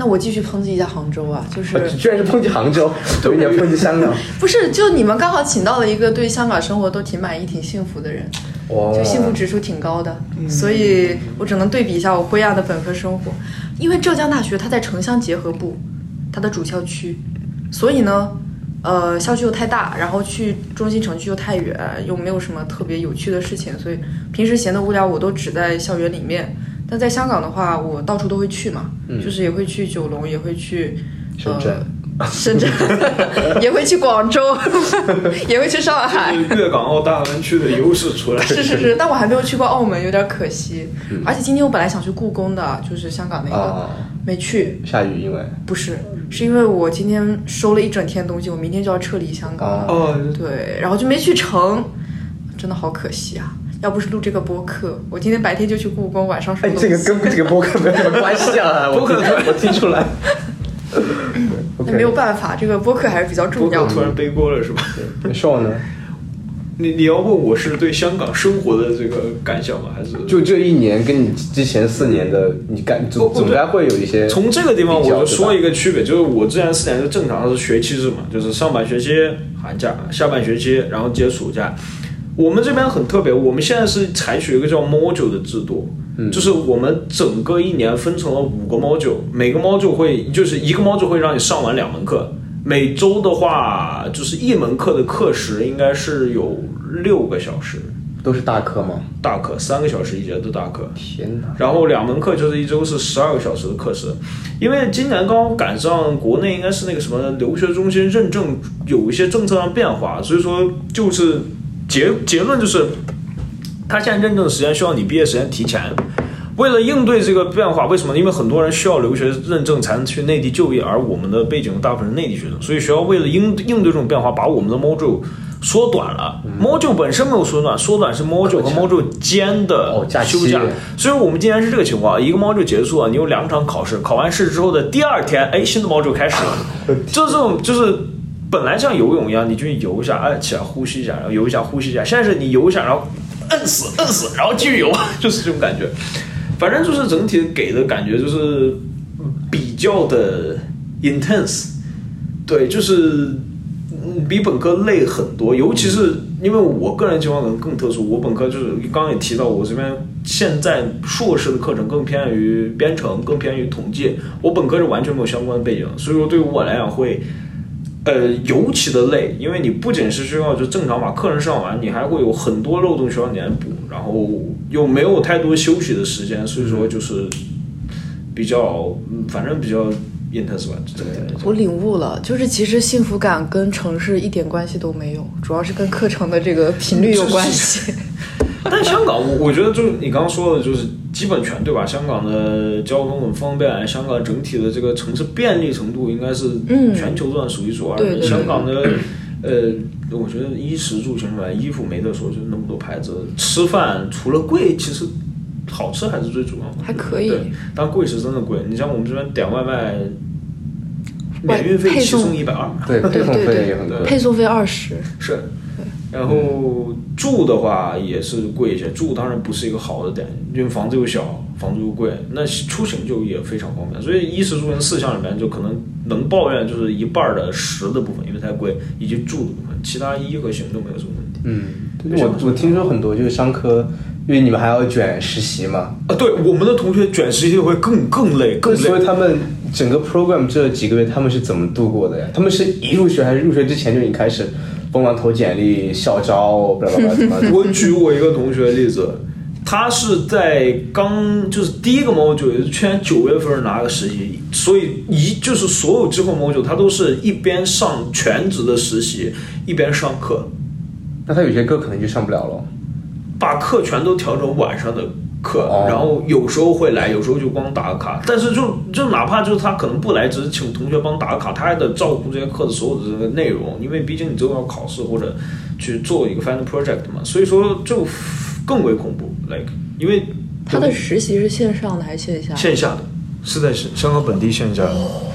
Speaker 3: 那我继续抨击一下杭州啊，就是
Speaker 2: 居然是抨击杭州，有一点抨击香港。
Speaker 3: 不是，就你们刚好请到了一个对香港生活都挺满意、挺幸福的人，就幸福指数挺高的，所以我只能对比一下我灰暗的本科生活。因为浙江大学它在城乡结合部，它的主校区，所以呢，校区又太大，然后去中心城区又太远，又没有什么特别有趣的事情，所以平时闲得无聊，我都只在校园里面。但在香港的话，我到处都会去嘛，就是也会去九龙，也会去深圳也会去广州也会去上海，
Speaker 4: 粤港澳大湾区的优势出来。
Speaker 3: 是，但我还没有去过澳门，有点可惜。而且今天我本来想去故宫的，就是香港那个，没去。
Speaker 2: 下雨，因为
Speaker 3: 不是因为我今天收了一整天东西，我明天就要撤离香港了。对，然后就没去成，真的好可惜啊。要不是录这个播客，我今天白天就去故宫，晚上收东西。
Speaker 2: 这个跟这个播客没有什么关系啊，我听出来。
Speaker 3: 那没有办法，这个播客还是比较重要的。
Speaker 4: 播客突然背锅了是吧？
Speaker 2: 说呢？
Speaker 4: 你要问我是对香港生活的这个感想吗？还是
Speaker 2: 就这一年跟你之前4年的你总该会有一些。
Speaker 4: 从这个地方我就说一个区别，就是我之前4年就正常的是学期制嘛，就是上半学期寒假，下半学期然后接暑假。我们这边很特别，我们现在是采取一个叫 module 的制度，就是我们整个一年分成了5个 module， 每个 module 会就是一个 module 会让你上完2门课，每周的话就是1门课的课时应该是有6个小时。
Speaker 2: 都是大课吗？
Speaker 4: 大课3个小时一节的大课。
Speaker 2: 天哪！
Speaker 4: 然后2门课就是一周是12个小时的课时，因为今年刚好赶上国内应该是那个什么留学中心认证有一些政策上变化，所以说就是结论就是，他现在认证的时间需要你毕业时间提前。为了应对这个变化，为什么？因为很多人需要留学认证才能去内地就业，而我们的背景大部分是内地学生，所以学校为了应对这种变化，把我们的 module 缩短了。module 本身没有缩短，缩短是 module 和 module 间的休假。所以我们今年是这个情况，一个 module 结束了，你有2场考试，考完试之后的第2天，新的 module 开始了。这种就是本来像游泳一样，你就游一下，起来呼吸一下，然后游一下呼吸一下。现在是你游一下，然后摁死，然后继续游，就是这种感觉。反正就是整体给的感觉就是比较的 intense， 对，就是比本科累很多。尤其是因为我个人情况可能更特殊，我本科就是刚刚也提到，我这边现在硕士的课程更偏于编程，更偏于统计。我本科是完全没有相关的背景，所以说对于我来讲会尤其的累，因为你不仅是需要就正常把课程上完，你还会有很多漏洞需要你来补，然后又没有太多休息的时间，所以说就是比较反正比较 intense 吧。
Speaker 3: 我领悟了，就是其实幸福感跟城市一点关系都没有，主要是跟课程的这个频率有关系。
Speaker 4: 但香港我觉得就是你刚刚说的就是基本全对吧？香港的交通很方便，香港整体的这个城市便利程度应该是全球算数一数二的。香港的我觉得衣食住行吧，衣服没得说，就那么多牌子，吃饭除了贵，其实好吃还是最主要的，
Speaker 3: 还可以。
Speaker 4: 对，但贵是真的贵。你像我们这边点外卖，免运费7送120，
Speaker 2: 对，配送费也很贵，
Speaker 3: 配送费20。
Speaker 4: 是。然后住的话也是贵一些，住当然不是一个好的点，因为房子又小，房租又贵，那出行就也非常方便。所以衣食住行4项里面，就可能抱怨就是一半的食的部分，因为太贵，以及住的部分，其他衣和行都没有什么问题。
Speaker 2: 我听说很多就是商科，因为你们还要卷实习嘛。
Speaker 4: 对，我们的同学卷实习会更累。
Speaker 2: 所以他们整个 program 这几个月他们是怎么度过的呀？他们是一入学还是入学之前就已经开始疯狂投简历、校招，巴拉巴拉。
Speaker 4: 我举我一个同学的例子，他是在就是第一个 module 也是去年9月份拿个实习，所以就是所有之后 module 他都是一边上全职的实习一边上课。
Speaker 2: 那他有些课可能就上不了了，
Speaker 4: 把课全都调整晚上的课，然后有时候会来，有时候就光打个卡。但是就哪怕就是他可能不来，只是请同学帮打个卡，他还得照顾这些课的所有的这个内容，因为毕竟你之后要考试或者去做一个 final project 嘛，所以说就更为恐怖。因为
Speaker 3: 他的实习是线上的还是线下？
Speaker 4: 线下的，是在香港本地线下的。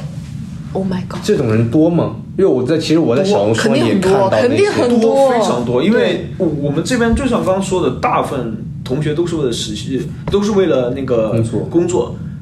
Speaker 3: Oh my god！
Speaker 2: 这种人多吗？因为其实我在小红书也看到
Speaker 3: 肯定很多，
Speaker 4: 非常多。因为我们这边就像刚刚说的，大部分同学都是为了实习，都是为了那个工作。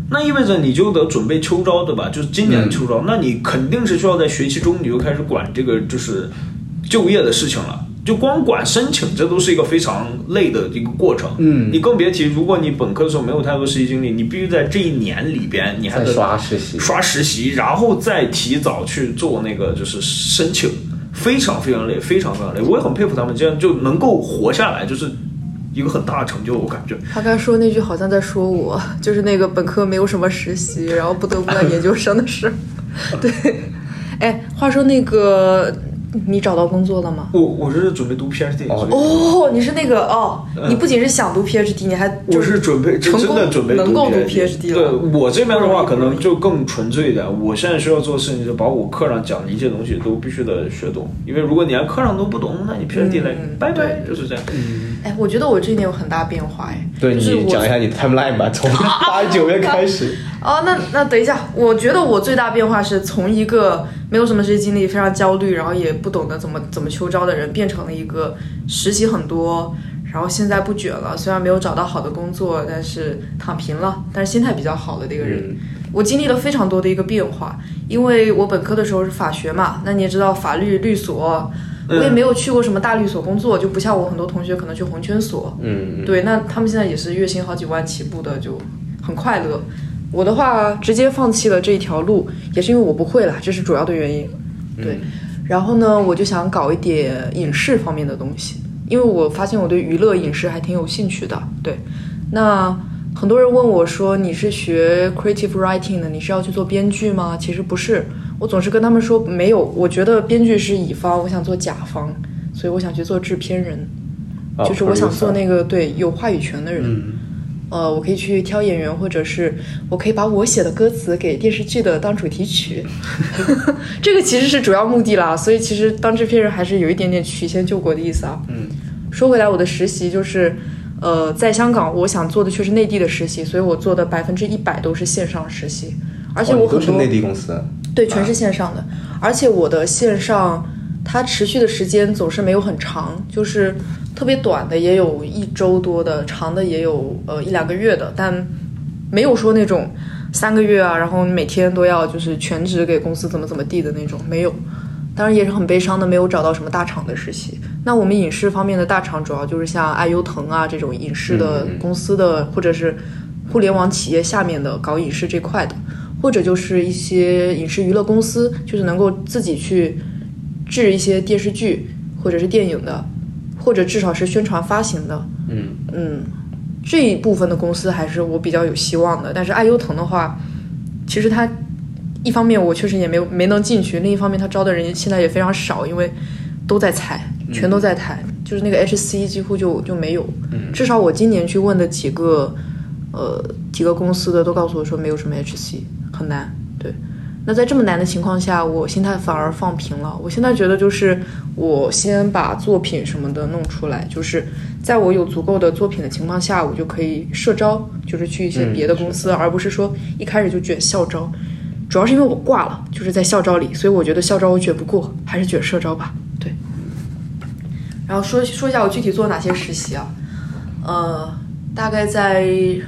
Speaker 4: 那意味着你就得准备秋招，对吧？就是今年的秋招，那你肯定是需要在学期中你就开始管这个就是就业的事情了。就光管申请，这都是一个非常累的一个过程。你更别提，如果你本科的时候没有太多实习经历，你必须在这一年里边，你还得
Speaker 2: 刷实习，
Speaker 4: 然后再提早去做那个就是申请，非常非常累，非常非常累。我也很佩服他们，这样就能够活下来，就是一个很大的成就，我感觉。
Speaker 3: 他刚才说那句好像在说我，就是那个本科没有什么实习，然后不得不来研究生的事。对，哎，话说那个。你找到工作了吗？
Speaker 4: 我是准备读 PhD。
Speaker 3: 哦，你是那个你不仅是想读 PhD， 你还
Speaker 4: 我是准备真的准备
Speaker 3: 能够读 PhD 了。
Speaker 4: 对，我这边的话可能就更纯粹一点。我现在需要做的事情是把我课上讲的一切东西都必须得学懂，因为如果你连课上都不懂，那你 PhD 来拜拜，就是这样。
Speaker 3: 哎，我觉得我这一年有很大变化哎。
Speaker 2: 对，你讲一下你 timeline 吧，从8、9月开始。
Speaker 3: 那等一下，我觉得我最大变化是从一个没有什么实习经历、非常焦虑，然后也不懂得怎么秋招的人，变成了一个实习很多，然后现在不卷了，虽然没有找到好的工作，但是躺平了，但是心态比较好的这个人。我经历了非常多的一个变化，因为我本科的时候是法学嘛，那你也知道法律律所。我也没有去过什么大律所工作，就不像我很多同学可能去红圈所。对，那他们现在也是月薪好几万起步的，就很快乐。我的话直接放弃了这一条路，也是因为我不会了，这是主要的原因。对，然后呢，我就想搞一点影视方面的东西，因为我发现我对娱乐影视还挺有兴趣的。对，那很多人问我说你是学 creative writing 的，你是要去做编剧吗？其实不是，我总是跟他们说没有，我觉得编剧是乙方，我想做甲方，所以我想去做制片人，就是我想做那个对有话语权的人。我可以去挑演员，或者是我可以把我写的歌词给电视剧的当主题曲这个其实是主要目的啦，所以其实当制片人还是有一点点曲线救国的意思啊。说回来，我的实习就是在香港我想做的却是内地的实习，所以我做的100%都是线上实习，而且我很多
Speaker 2: 都是内地公司。
Speaker 3: 对，全是线上的，而且我的线上它持续的时间总是没有很长，就是特别短的也有1周多的，长的也有1-2个月的，但没有说那种3个月啊，然后每天都要就是全职给公司怎么地的那种，没有。当然也是很悲伤的，没有找到什么大厂的实习。那我们影视方面的大厂主要就是像爱优腾啊这种影视的公司的，或者是互联网企业下面的搞影视这块的，或者就是一些影视娱乐公司，就是能够自己去制一些电视剧或者是电影的，或者至少是宣传发行的。这一部分的公司还是我比较有希望的。但是爱优腾的话，其实它一方面我确实也没能进去，另一方面它招的人现在也非常少，因为都在裁，全都在裁，就是那个 HC 几乎就没有。至少我今年去问的几个公司的都告诉我说没有什么 HC， 很难。对，那在这么难的情况下，我心态反而放平了。我现在觉得就是我先把作品什么的弄出来，就是在我有足够的作品的情况下，我就可以社招，就是去一些别的公司，而不是说一开始就卷校招。主要是因为我挂了，就是在校招里，所以我觉得校招我卷不过，还是卷社招吧。对。然后说一下我具体做哪些实习啊？大概在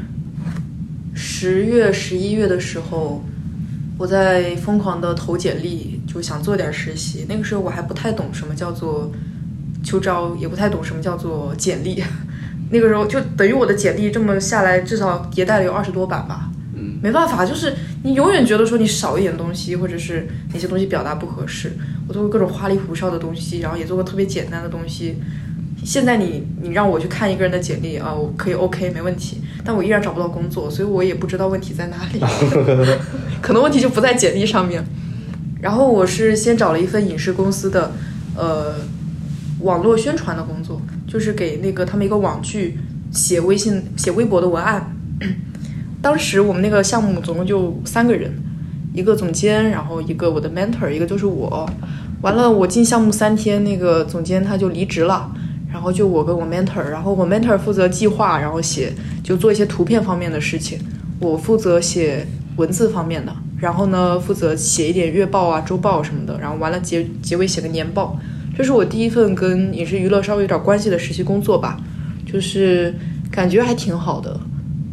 Speaker 3: 10月、11月的时候，我在疯狂的投简历，就想做点实习。那个时候我还不太懂什么叫做秋招，也不太懂什么叫做简历。那个时候就等于我的简历这么下来，至少迭代了有20多版吧。没办法，就是你永远觉得说你少一点东西，或者是哪些东西表达不合适。我做过各种花里胡哨的东西，然后也做过特别简单的东西。现在你让我去看一个人的简历啊，我可以 OK 没问题，但我依然找不到工作，所以我也不知道问题在哪里。可能问题就不在简历上面。然后我是先找了一份影视公司的网络宣传的工作，就是给那个他们一个网剧写微博的文案。当时我们那个项目总共就3个人，一个总监，然后一个我的 mentor， 一个就是我。完了，我进项目3天，那个总监他就离职了，然后就我跟我 mentor， 然后我 mentor 负责计划，然后就做一些图片方面的事情，我负责写文字方面的，然后呢负责写一点月报啊、周报什么的，然后完了结尾写个年报。这是我第一份跟影视娱乐稍微有点关系的实习工作吧，就是感觉还挺好的。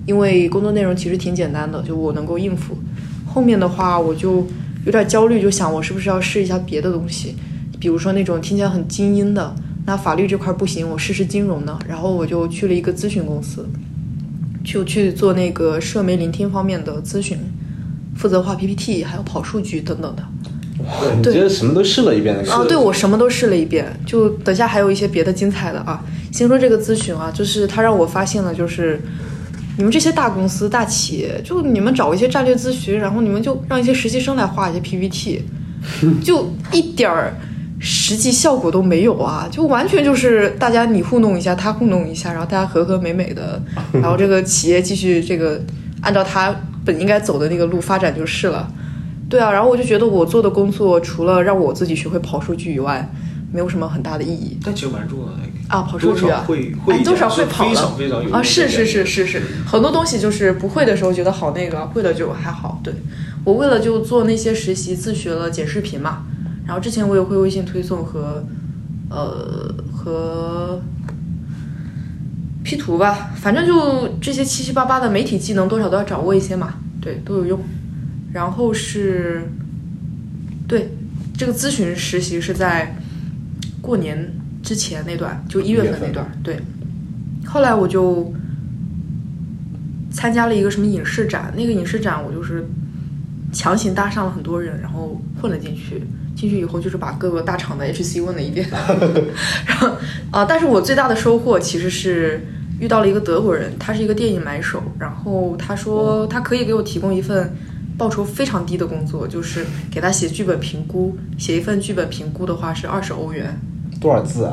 Speaker 3: 因为工作内容其实挺简单的，就我能够应付。后面的话我就有点焦虑，就想我是不是要试一下别的东西，比如说那种听起来很精英的，那法律这块不行，我试试金融呢。然后我就去了一个咨询公司，就去做那个社媒聆听方面的咨询，负责画 PPT 还有跑数据等等的。
Speaker 2: 你觉得什么都试了一遍的？
Speaker 3: 对，我什么都试了一遍。就等下还有一些别的精彩的啊。先说这个咨询啊，就是他让我发现了，就是你们这些大公司大企业，就你们找一些战略咨询，然后你们就让一些实习生来画一些 PPT， 就一点儿实际效果都没有啊，就完全就是大家你糊弄一下他糊弄一下，然后大家和和美美的，然后这个企业继续这个按照他本应该走的那个路发展就是了。对啊，然后我就觉得我做的工作除了让我自己学会跑数据以外，没有什么很大的意义。
Speaker 4: 但其实蛮重要的
Speaker 3: 啊，跑数据啊，多少会跑了
Speaker 4: 非常非常有
Speaker 3: 啊，是，很多东西就是不会的时候觉得好那个，会了就还好。对，我为了就做那些实习自学了剪视频嘛，然后之前我也会微信推送和P 图吧，反正就这些七七八八的媒体技能多少都要掌握一些嘛，对，都有用。然后是，对，这个咨询实习是在过年之前那段，就1月份那段，对。后来我就参加了一个什么影视展，那个影视展我就是强行搭上了很多人，然后混了进去。进去以后就是把各个大厂的 HC 问了一遍，然后但是我最大的收获其实是遇到了一个德国人，他是一个电影买手，然后他说他可以给我提供一份报酬非常低的工作，就是给他写剧本评估，写一份剧本评估的话是20欧元。
Speaker 2: 多少字啊？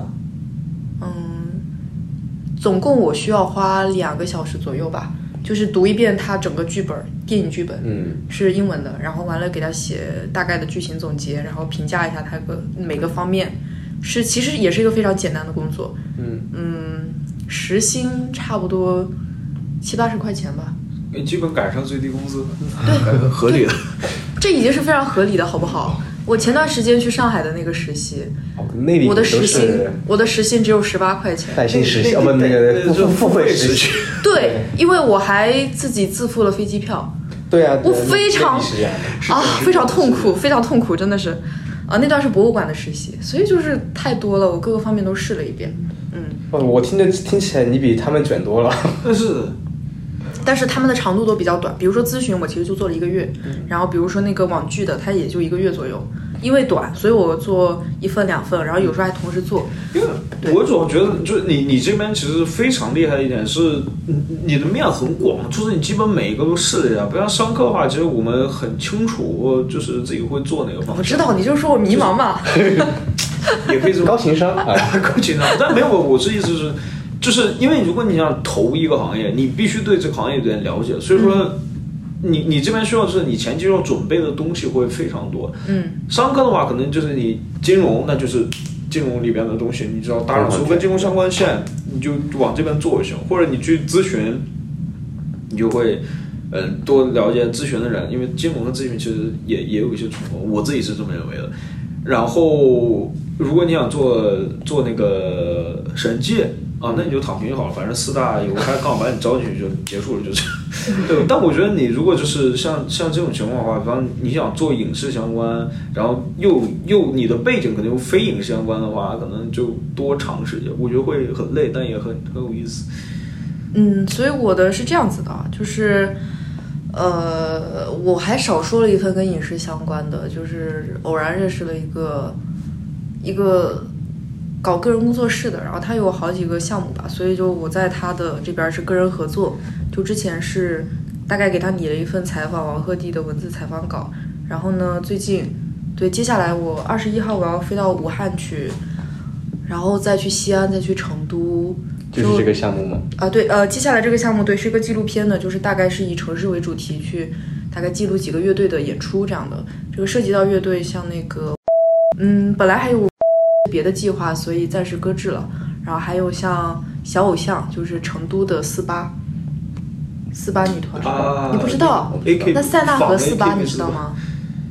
Speaker 3: 总共我需要花2个小时左右吧，就是读一遍他整个剧本，电影剧本，是英文的，然后完了给他写大概的剧情总结，然后评价一下他每个方面，其实也是一个非常简单的工作。时薪差不多70-80块钱吧，
Speaker 4: 基本赶上最低工资，
Speaker 3: 对，
Speaker 4: 合理的。
Speaker 3: 这已经是非常合理的，好不好？我前段时间去上海的那个实习，我的时薪只有18块钱，
Speaker 2: 带薪实习，那个付费实习。
Speaker 3: 对，因为我还自己自付了飞机票。
Speaker 2: 对啊，
Speaker 3: 我非常非常痛苦，非常痛苦，真的是那段是博物馆的实习，所以就是太多了，我各个方面都试了一遍。
Speaker 2: 我听起来你比他们卷多了。
Speaker 3: 但是他们的长度都比较短，比如说咨询我其实就做了1个月，然后比如说那个网剧的它也就1个月左右，因为短，所以我做1份2份，然后有时候还同时做。
Speaker 4: 因为我总觉得就你这边其实非常厉害的一点是你的面很广，就是你基本每一个都试了一下。不像上课的话，其实我们很清楚就是自己会做哪个方向。
Speaker 3: 我知道，你就说我迷茫嘛。
Speaker 4: 也可以说
Speaker 2: 高情商
Speaker 4: 高情商，但没有，我是意思是就是因为如果你想投一个行业，你必须对这个行业有点了解，所以说你这边需要就是你前期要准备的东西会非常多。商科的话可能就是你金融，那就是金融里边的东西，你知道打上出跟金融相关线，你就往这边做就行。或者你去咨询，你就会多了解咨询的人，因为金融和咨询其实也有一些重合，我自己是这么认为的。然后如果你想做那个审计那你就躺平就好了，反正4大有开刚好把你招进去就结束了，就是对。但我觉得你如果就是像这种情况的话，比方你想做影视相关，然后又你的背景可能又非影视相关的话，可能就多尝试一下，我觉得会很累，但也很有意思。
Speaker 3: 所以我的是这样子的，就是我还少说了一份跟影视相关的，就是偶然认识了一个搞个人工作室的，然后他有好几个项目吧，所以就我在他的这边是个人合作，就之前是大概给他拟了一份采访王鹤棣的文字采访稿，然后呢最近接下来我21号我要飞到武汉去，然后再去西安，再去成都。
Speaker 2: 就是这个项目吗？
Speaker 3: 对，接下来这个项目是一个纪录片的，就是大概是以城市为主题去大概记录几个乐队的演出这样的。这个涉及到乐队像那个本来还有别的计划，所以暂时搁置了。然后还有像小偶像，就是成都的48女团，你不知道？那塞纳河48你知道吗？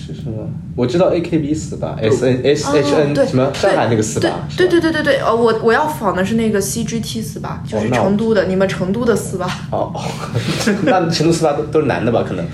Speaker 2: 是什么？我知道 AKB 4吧 ，SHN 什么上海那个4吧？
Speaker 3: 对，我要仿的是那个 CGT 4吧，就是成都的，你们成都的4吧？
Speaker 2: 哦，那成都4吧都是男的吧？可能。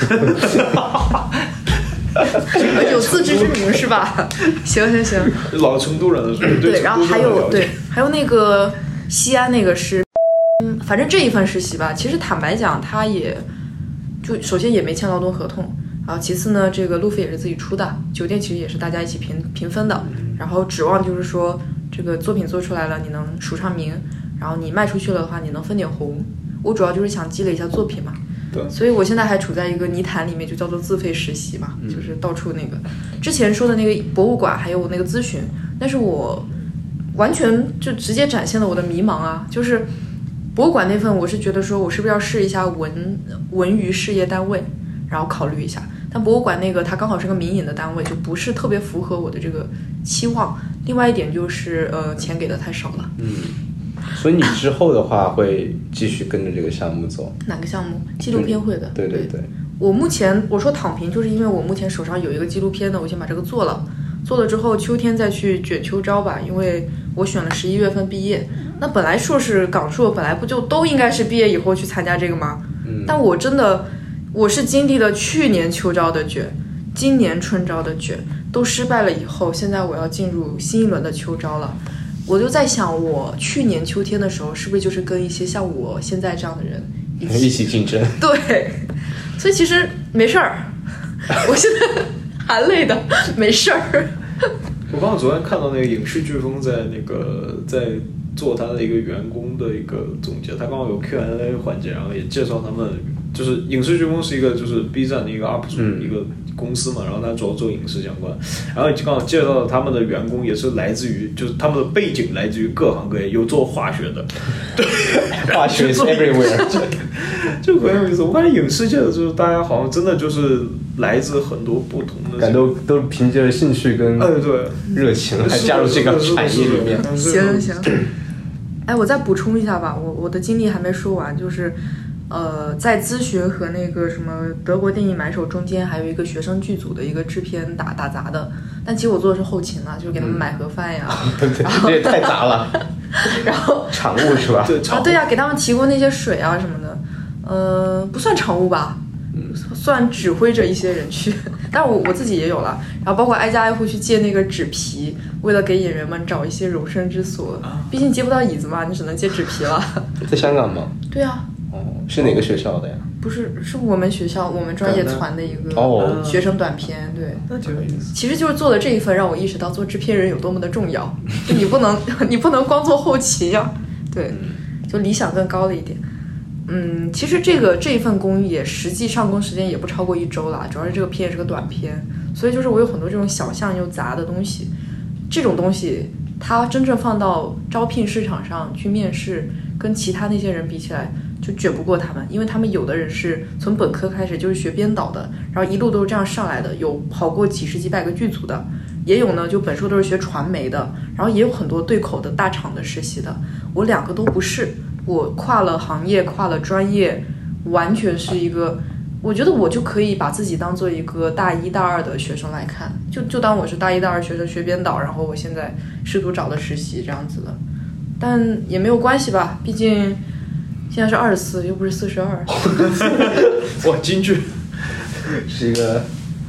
Speaker 3: 有自知之明是吧？行，
Speaker 4: 老成都人了，
Speaker 3: 对，然后还有那个西安那个是，反正这一份实习吧，其实坦白讲，他也就首先也没签劳动合同，然后其次呢，这个路费也是自己出的，酒店其实也是大家一起平分的，然后指望就是说这个作品做出来了，你能署上名，然后你卖出去了的话，你能分点红。我主要就是想积累一下作品嘛。所以我现在还处在一个泥潭里面，就叫做自费实习嘛，就是到处那个之前说的那个博物馆还有那个咨询，但是我完全就直接展现了我的迷茫啊，就是博物馆那份我是觉得说我是不是要试一下文娱事业单位，然后考虑一下，但博物馆那个它刚好是个民营的单位，就不是特别符合我的这个期望。另外一点就是钱给的太少了。
Speaker 2: 所以你之后的话会继续跟着这个项目走？
Speaker 3: 哪个项目？纪录片会的。
Speaker 2: 对。
Speaker 3: 我目前我说躺平，就是因为我目前手上有一个纪录片的，我先把这个做了之后，秋天再去卷秋招吧，因为我选了11月份毕业。那本来硕士港硕本来不就都应该是毕业以后去参加这个吗？但我真的我是经历了去年秋招的卷，今年春招的卷都失败了以后，现在我要进入新一轮的秋招了。我就在想，我去年秋天的时候，是不是就是跟一些像我现在这样的人
Speaker 2: 一起竞争？对，
Speaker 3: 所以其实没事儿，我现在含泪的没事儿。
Speaker 4: 我刚刚昨天看到那个影视飓风在做他的一个员工的一个总结，他刚好有 Q&A 环节，然后也介绍他们，就是影视飓风是一个就是 B 站的一个 UP 主一个公司嘛，然后他主要做影视相关，然后刚好介绍了他们的员工也是来自于，就是他们的背景来自于各行各业，有做化学的，对，
Speaker 2: 化学 is everywhere，
Speaker 4: 就很有意思。我发现影视界的就是大家好像真的就是来自很多不同的，
Speaker 2: 感觉都凭借着兴趣跟
Speaker 4: 对
Speaker 2: 热情来加入这个产业里面。
Speaker 3: 行，哎，我再补充一下吧，我的经历还没说完，就是在咨询和那个什么德国电影买手中间还有一个学生剧组的一个制片打杂的，但其实我做的是后勤了，就是给他们买盒饭呀，
Speaker 2: 这也太杂了。
Speaker 3: 然后
Speaker 2: 场务是吧？
Speaker 3: 对呀，给他们提供那些水啊什么的，不算场务吧，算指挥着一些人去，但是我自己也有了，然后包括挨家挨户去借那个纸皮，为了给演员们找一些容身之所，毕竟借不到椅子嘛，你只能借纸皮了。
Speaker 2: 在香港吗？
Speaker 3: 对啊。
Speaker 2: 是哪个学校的呀？
Speaker 3: 不是，是我们学校我们专业传的一个学生短片，对，
Speaker 4: 那挺有意思。
Speaker 3: 其实就是做了这一份，让我意识到做制片人有多么的重要，就你不能光做后勤呀，对，就理想更高了一点。其实这一份工也实际上工时间也不超过1周啦，主要是这个片也是个短片，所以就是我有很多这种小项又杂的东西，这种东西它真正放到招聘市场上去面试，跟其他那些人比起来就卷不过他们，因为他们有的人是从本科开始就是学编导的，然后一路都是这样上来的，有跑过几十几百个剧组的，也有呢就本硕都是学传媒的，然后也有很多对口的大厂的实习的，我2个都不是，我跨了行业跨了专业，完全是一个，我觉得我就可以把自己当做一个大1大2的学生来看，就当我是大1大2学生学编导，然后我现在试图找的实习这样子的，但也没有关系吧，毕竟现在是24，又不是42。
Speaker 4: 哇，京剧
Speaker 2: 是一个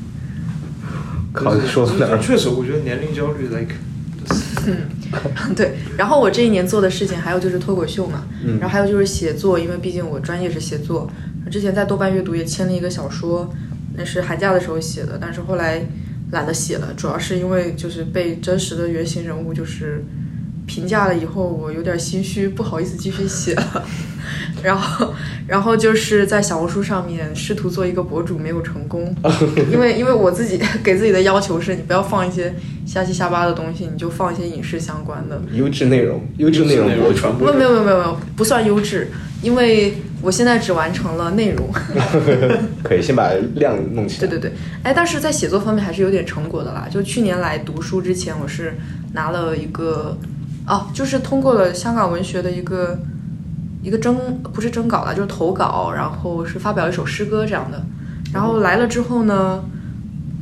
Speaker 2: 考说的哪儿？
Speaker 4: 确实，我觉得年龄焦虑 like。
Speaker 3: 对。然后我这一年做的事情还有就是脱口秀嘛，然后还有就是写作，因为毕竟我专业是写作。之前在豆瓣阅读也签了一个小说，那是寒假的时候写的，但是后来懒得写了，主要是因为就是被真实的原型人物就是评价了以后，我有点心虚，不好意思继续写了。然后就是在小红书上面试图做一个博主，没有成功，因为我自己给自己的要求是，你不要放一些瞎七瞎八的东西，你就放一些影视相关的
Speaker 2: 优质内容博主。
Speaker 3: 没有，不算优质，因为我现在只完成了内容。
Speaker 2: 可以先把量弄起来。
Speaker 3: 对，哎，但是在写作方面还是有点成果的啦。就去年来读书之前，我是拿了一个就是通过了香港文学的一个不是征稿啦，就是投稿，然后是发表一首诗歌这样的。然后来了之后呢，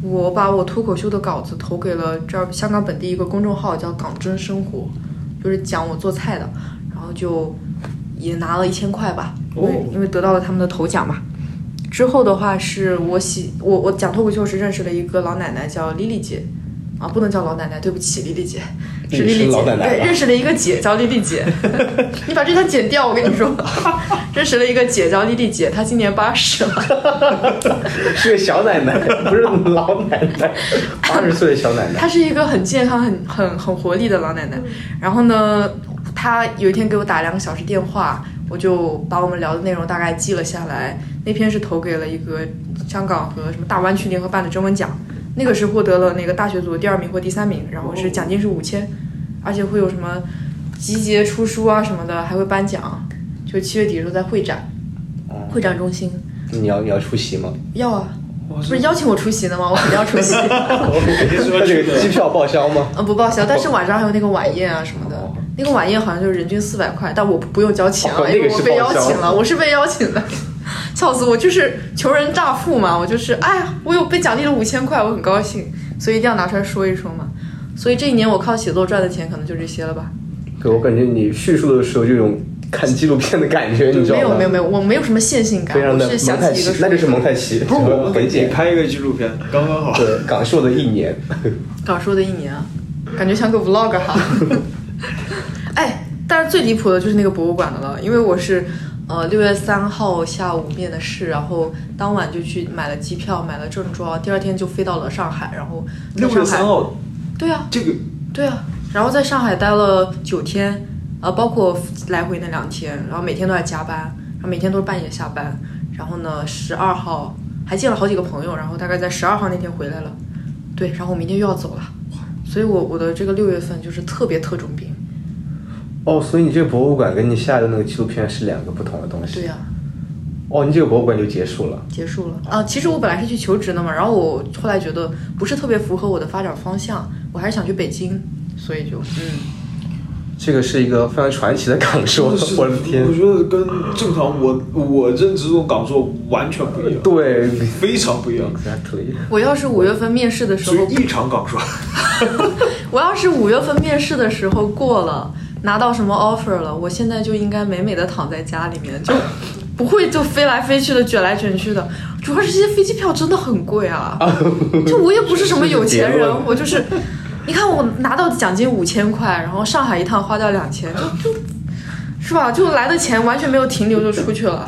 Speaker 3: 我把我脱口秀的稿子投给了这儿香港本地一个公众号叫港真生活，就是讲我做菜的，然后就也拿了1000块吧，因为得到了他们的头奖嘛。之后的话是我讲脱口秀时认识了一个老奶奶叫莉莉姐，啊，不能叫老奶奶，对不起，莉莉姐，是莉莉姐，对，认识了一个姐叫莉莉姐，你把这段剪掉，我跟你说，认识了一个姐叫莉莉姐，她今年80了，
Speaker 2: 是个小奶奶，不是老奶奶，80岁的小奶奶。
Speaker 3: 她是一个很健康、很活力的老奶奶。然后呢，她有一天给我打2个小时电话，我就把我们聊的内容大概记了下来。那篇是投给了一个香港和什么大湾区联合办的征文奖。那个是获得了那个大学组第2名或第3名，然后是奖金是5000，而且会有什么集结出书啊什么的，还会颁奖。就7月底的时候在会展中心。
Speaker 2: 你要出席吗？
Speaker 3: 要啊，不是邀请我出席的吗？我肯定要出席。
Speaker 2: 那这个机票报销吗？
Speaker 3: 不报销，但是晚上还有那个晚宴啊什么的。那个晚宴好像就是人均400块，但我不用交钱了，因为我被邀请了，我是被邀请的。笑死我，就是穷人乍富嘛，我就是哎呀，我有被奖励了5000块，我很高兴，所以一定要拿出来说一说嘛。所以这1年我靠写作赚的钱可能就这些了吧。
Speaker 2: 对，我感觉你叙述的时候就有看纪录片的感觉，你知道吗？
Speaker 3: 没有，我没有什么线性感，
Speaker 2: 非常的
Speaker 3: 是想起一个，
Speaker 2: 那就是蒙太奇。
Speaker 4: 不是我给你拍一个纪录片，刚刚好。
Speaker 2: 对，港硕的1年。
Speaker 3: 港硕的1年啊，感觉像个 vlog 哈。哎，但是最离谱的就是那个博物馆的了，因为我是6月3号下午面的试，然后当晚就去买了机票，买了正装，第2天就飞到了上海，然后6
Speaker 4: 月3号，
Speaker 3: 对啊，
Speaker 4: 这个
Speaker 3: 对啊，然后在上海待了9天，包括来回那2天，然后每天都在加班，然后每天都是半夜下班，然后呢12号还见了好几个朋友，然后大概在12号那天回来了，对，然后我明天又要走了，所以我的这个6月份就是特别特种兵。
Speaker 2: 哦，所以你这个博物馆跟你下的那个纪录片是2个不同的东西。
Speaker 3: 对呀。
Speaker 2: 哦，你这个博物馆就结束了。
Speaker 3: 结束了啊！其实我本来是去求职的嘛，然后我后来觉得不是特别符合我的发展方向，我还是想去北京，所以就
Speaker 2: 这个是一个非常传奇的港硕，我的天！
Speaker 4: 我觉得跟正常我认知中港硕完全不一样，
Speaker 2: 对，
Speaker 4: 非常不一样。
Speaker 2: Exactly。
Speaker 3: 我要是5月份面试的时候，
Speaker 4: 异常港硕。
Speaker 3: 我要是5月份面试的时候过了，拿到什么 offer 了，我现在就应该美美的躺在家里面，就不会就飞来飞去的卷来卷去的。主要是这些飞机票真的很贵啊，就我也不是什么有钱人，我就是。你看我拿到奖金5000块，然后上海一趟花掉2000，是吧？就来的钱完全没有停留就出去了。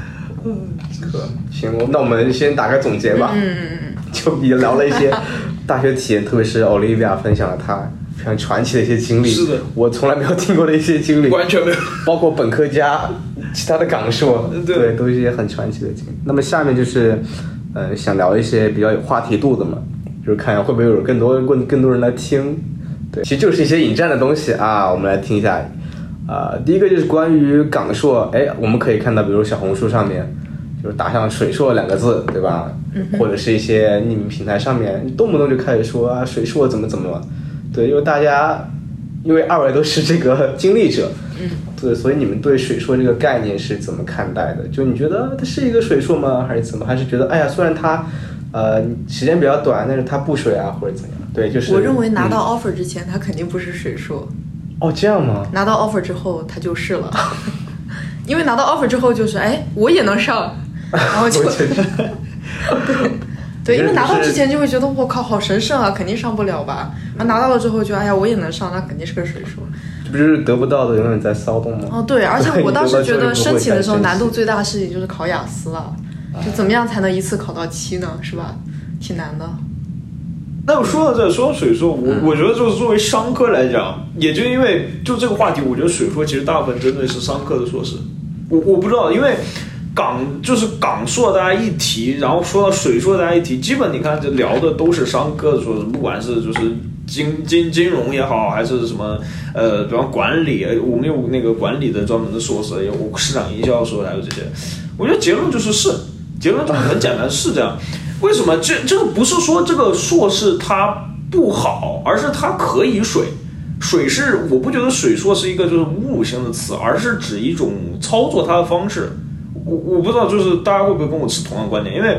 Speaker 2: 行，那我们先打个总结吧。就也聊了一些大学体验，特别是 Olivia 分享了她非常传奇的一些经历。
Speaker 4: 是的，
Speaker 2: 我从来没有听过的一些经历，
Speaker 4: 完全没有，
Speaker 2: 包括本科加其他的港硕，对，都是一些很传奇的经历。那么下面就是想聊一些比较有话题度的嘛。就是看会不会有更多人来听，对，其实就是一些引战的东西啊，我们来听一下。第一个就是关于港硕，我们可以看到，比如小红书上面就是打上水硕2个字，对吧？或者是一些匿名平台上面，动不动就开始说啊水硕怎么了，对，因为2位都是这个经历者，对，所以你们对水硕这个概念是怎么看待的？就你觉得它是一个水硕吗？还是怎么？还是觉得哎呀，虽然它时间比较短，但是它不水啊，或者怎样？对，就是
Speaker 3: 我认为拿到 offer 之前，它肯定不是水硕。
Speaker 2: 哦，这样吗？
Speaker 3: 拿到 offer 之后，它就是了。因为拿到 offer 之后，就是我也能上，然后就对，因为拿到之前就会觉得我靠，好神圣啊，肯定上不了吧？然后拿到了之后就我也能上，那肯定是个水硕。
Speaker 2: 这不是得不到的永远在骚动吗？
Speaker 3: 哦，对，而且我当时觉得申请的时候难度最大的事情就是考雅思了。就怎么样才能一次考到7呢？是吧？挺难的。
Speaker 4: 那我说到这，说到水硕，我觉得就是作为商科来讲，也就因为就这个话题，我觉得水硕其实大部分针对是商科的硕士。我不知道，因为港硕大家一提，然后说到水硕大家一提，基本你看这聊的都是商科的硕士，不管是就是金融也好，还是什么比方管理，我们有那个管理的专门的硕士，有市场营销硕士，还有这些。我觉得结论就是结论就是很简单，是这样。为什么这个不是说这个硕士它不好，而是它可以水。水是我不觉得水硕是一个就是侮辱性的词，而是指一种操作它的方式。我不知道就是大家会不会跟我持同样的观点，因为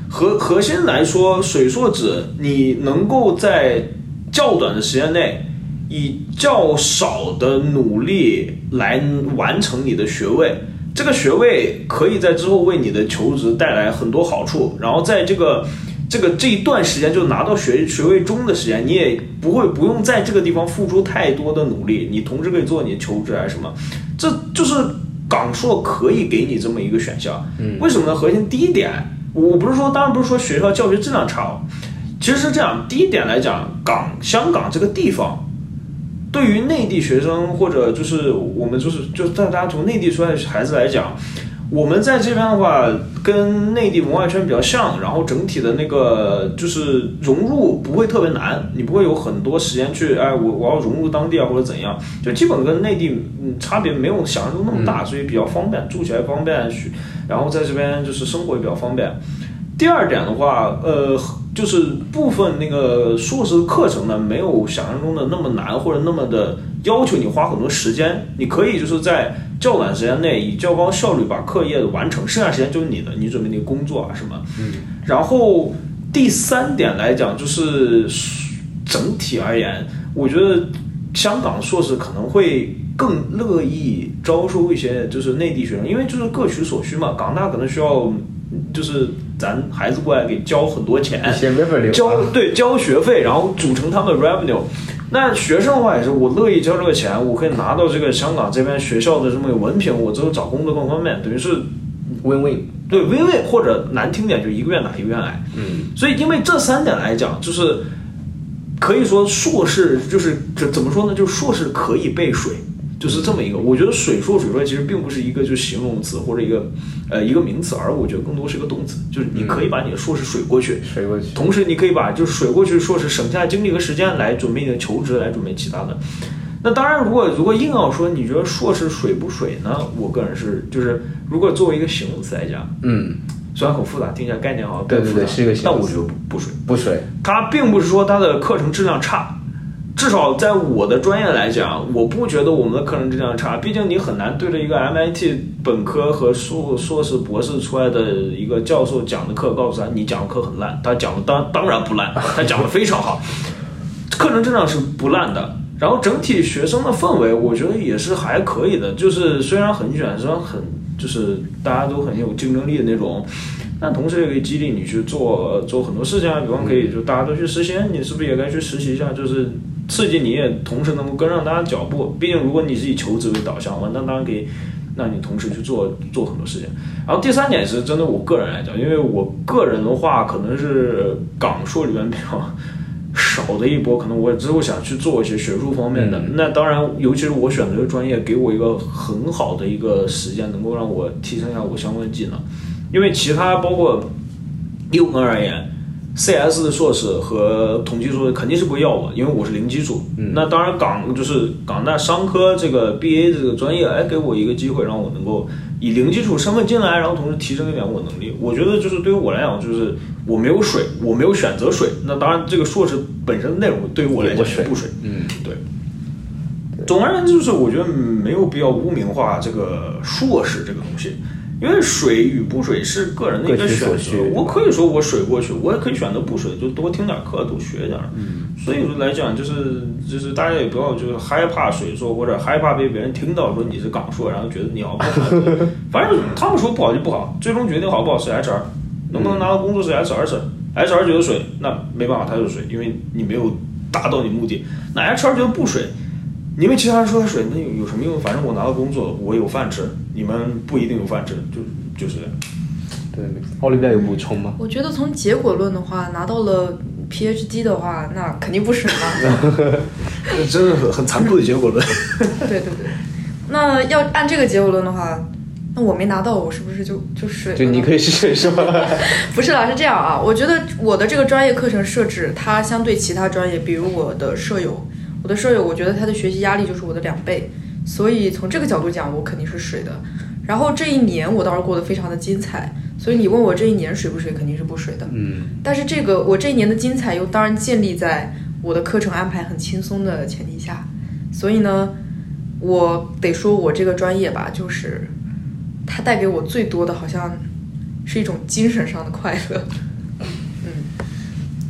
Speaker 4: 核心来说，水硕指你能够在较短的时间内，以较少的努力来完成你的学位。这个学位可以在之后为你的求职带来很多好处，然后在这一段时间就拿到学位中的时间，你也不用在这个地方付出太多的努力，你同时可以做你的求职还是什么，这就是港硕可以给你这么一个选项。为什么呢？核心第一点，我当然不是说学校教学质量差，其实是这样。第一点来讲，香港这个地方，对于内地学生或者就是我们就是大家从内地出来的孩子来讲，我们在这边的话跟内地文化圈比较像，然后整体的那个就是融入不会特别难，你不会有很多时间去我要融入当地啊或者怎样，就基本跟内地差别没有想象中那么大，所以比较方便，住起来方便，然后在这边就是生活也比较方便。第二点的话，就是部分那个硕士课程呢，没有想象中的那么难，或者那么的要求你花很多时间。你可以就是在较短时间内以较高效率把课业完成，剩下时间就是你的，你准备那个工作啊什么。然后第三点来讲，就是整体而言，我觉得香港硕士可能会更乐意招收一些就是内地学生，因为就是各取所需嘛。港大可能需要就是咱孩子过来给交很多钱，交学费，然后组成他们的 revenue。那学生的话也是，我乐意交这个钱，我可以拿到这个香港这边学校的这么一个文凭，我之后找工作更方便，等于是
Speaker 2: win-win。
Speaker 4: 对 win-win， 或者难听点就一个愿打一个愿挨。所以因为这三点来讲，就是可以说硕士就是怎么说呢，就是硕士可以背水。就是这么一个，我觉得水硕其实并不是一个就是形容词或者一个名词，而我觉得更多是一个动词，就是你可以把你的硕士水过去，同时你可以把就是水过去硕士省下精力和时间来准备你的求职，来准备其他的。那当然，如果硬要说你觉得硕士水不水呢？我个人是就是如果作为一个形容词来讲，虽然很复杂，听起来概念好像
Speaker 2: 对，是一个形容词，
Speaker 4: 但我觉得不水，它并不是说它的课程质量差。至少在我的专业来讲，我不觉得我们的课程质量差。毕竟你很难对着一个 MIT 本科和硕士、博士出来的一个教授讲的课，告诉他你讲的课很烂。他讲的当然不烂，他讲的非常好，课程质量是不烂的。然后整体学生的氛围，我觉得也是还可以的。就是虽然很卷，虽然很就是大家都很有竞争力的那种。但同时也可以激励你去做很多事情啊，比方可以就大家都去实习，你是不是也该去实习一下？就是刺激你也同时能够跟上大家脚步。毕竟如果你是以求职为导向，那当然可以，那你同时去做很多事情。然后第三点是针对我个人来讲，因为我个人的话可能是港硕里面比较少的一波，可能我之后想去做一些学术方面的。那当然，尤其是我选择的专业，给我一个很好的一个时间，能够让我提升一下我相关的技能。因为其他包括以我而言 ，CS 的硕士和统计硕士肯定是不会要我，因为我是零基础。那当然港大商科这个 BA 这个专业，给我一个机会，让我能够以零基础身份进来，然后同时提升一点我能力。我觉得就是对于我来讲，就是我没有水，我没有选择水。那当然，这个硕士本身的内容对于我来讲也不水。对。总而言之，就是我觉得没有必要污名化这个硕士这个东西。因为水与不水是个人的一个选择，我可以说我水过去，我也可以选择不水，就多听点课，多学点。所以来讲，就是大家也不要就是害怕水硕，或者害怕被别人听到说你是港硕，然后觉得你好不好。反正他们说不好就不好，最终决定好不好是 HR， 能不能拿到工作是 HR 事。HR 觉得水，那没办法，他就是水，因为你没有达到你目的。那 HR 觉得不水。你们其他人说他水，那有什么用？反正我拿到工作，我有饭吃，你们不一定有饭吃，就是这样。
Speaker 2: 对，奥利维亚有补充吗？
Speaker 3: 我觉得从结果论的话，拿到了 PhD 的话，那肯定不水了。
Speaker 4: 这真的很残酷的结果论。
Speaker 3: 对，那要按这个结果论的话，那我没拿到，我是不是就水了？
Speaker 2: 就你可以是水是吧？
Speaker 3: 不是啦，是这样啊。我觉得我的这个专业课程设置，它相对其他专业，比如我的舍友，我觉得他的学习压力就是我的2倍，所以从这个角度讲，我肯定是水的。然后这一年我倒是过得非常的精彩，所以你问我这一年水不水，肯定是不水的。但是我这一年的精彩又当然建立在我的课程安排很轻松的前提下，所以呢，我得说我这个专业吧，就是它带给我最多的好像是一种精神上的快乐。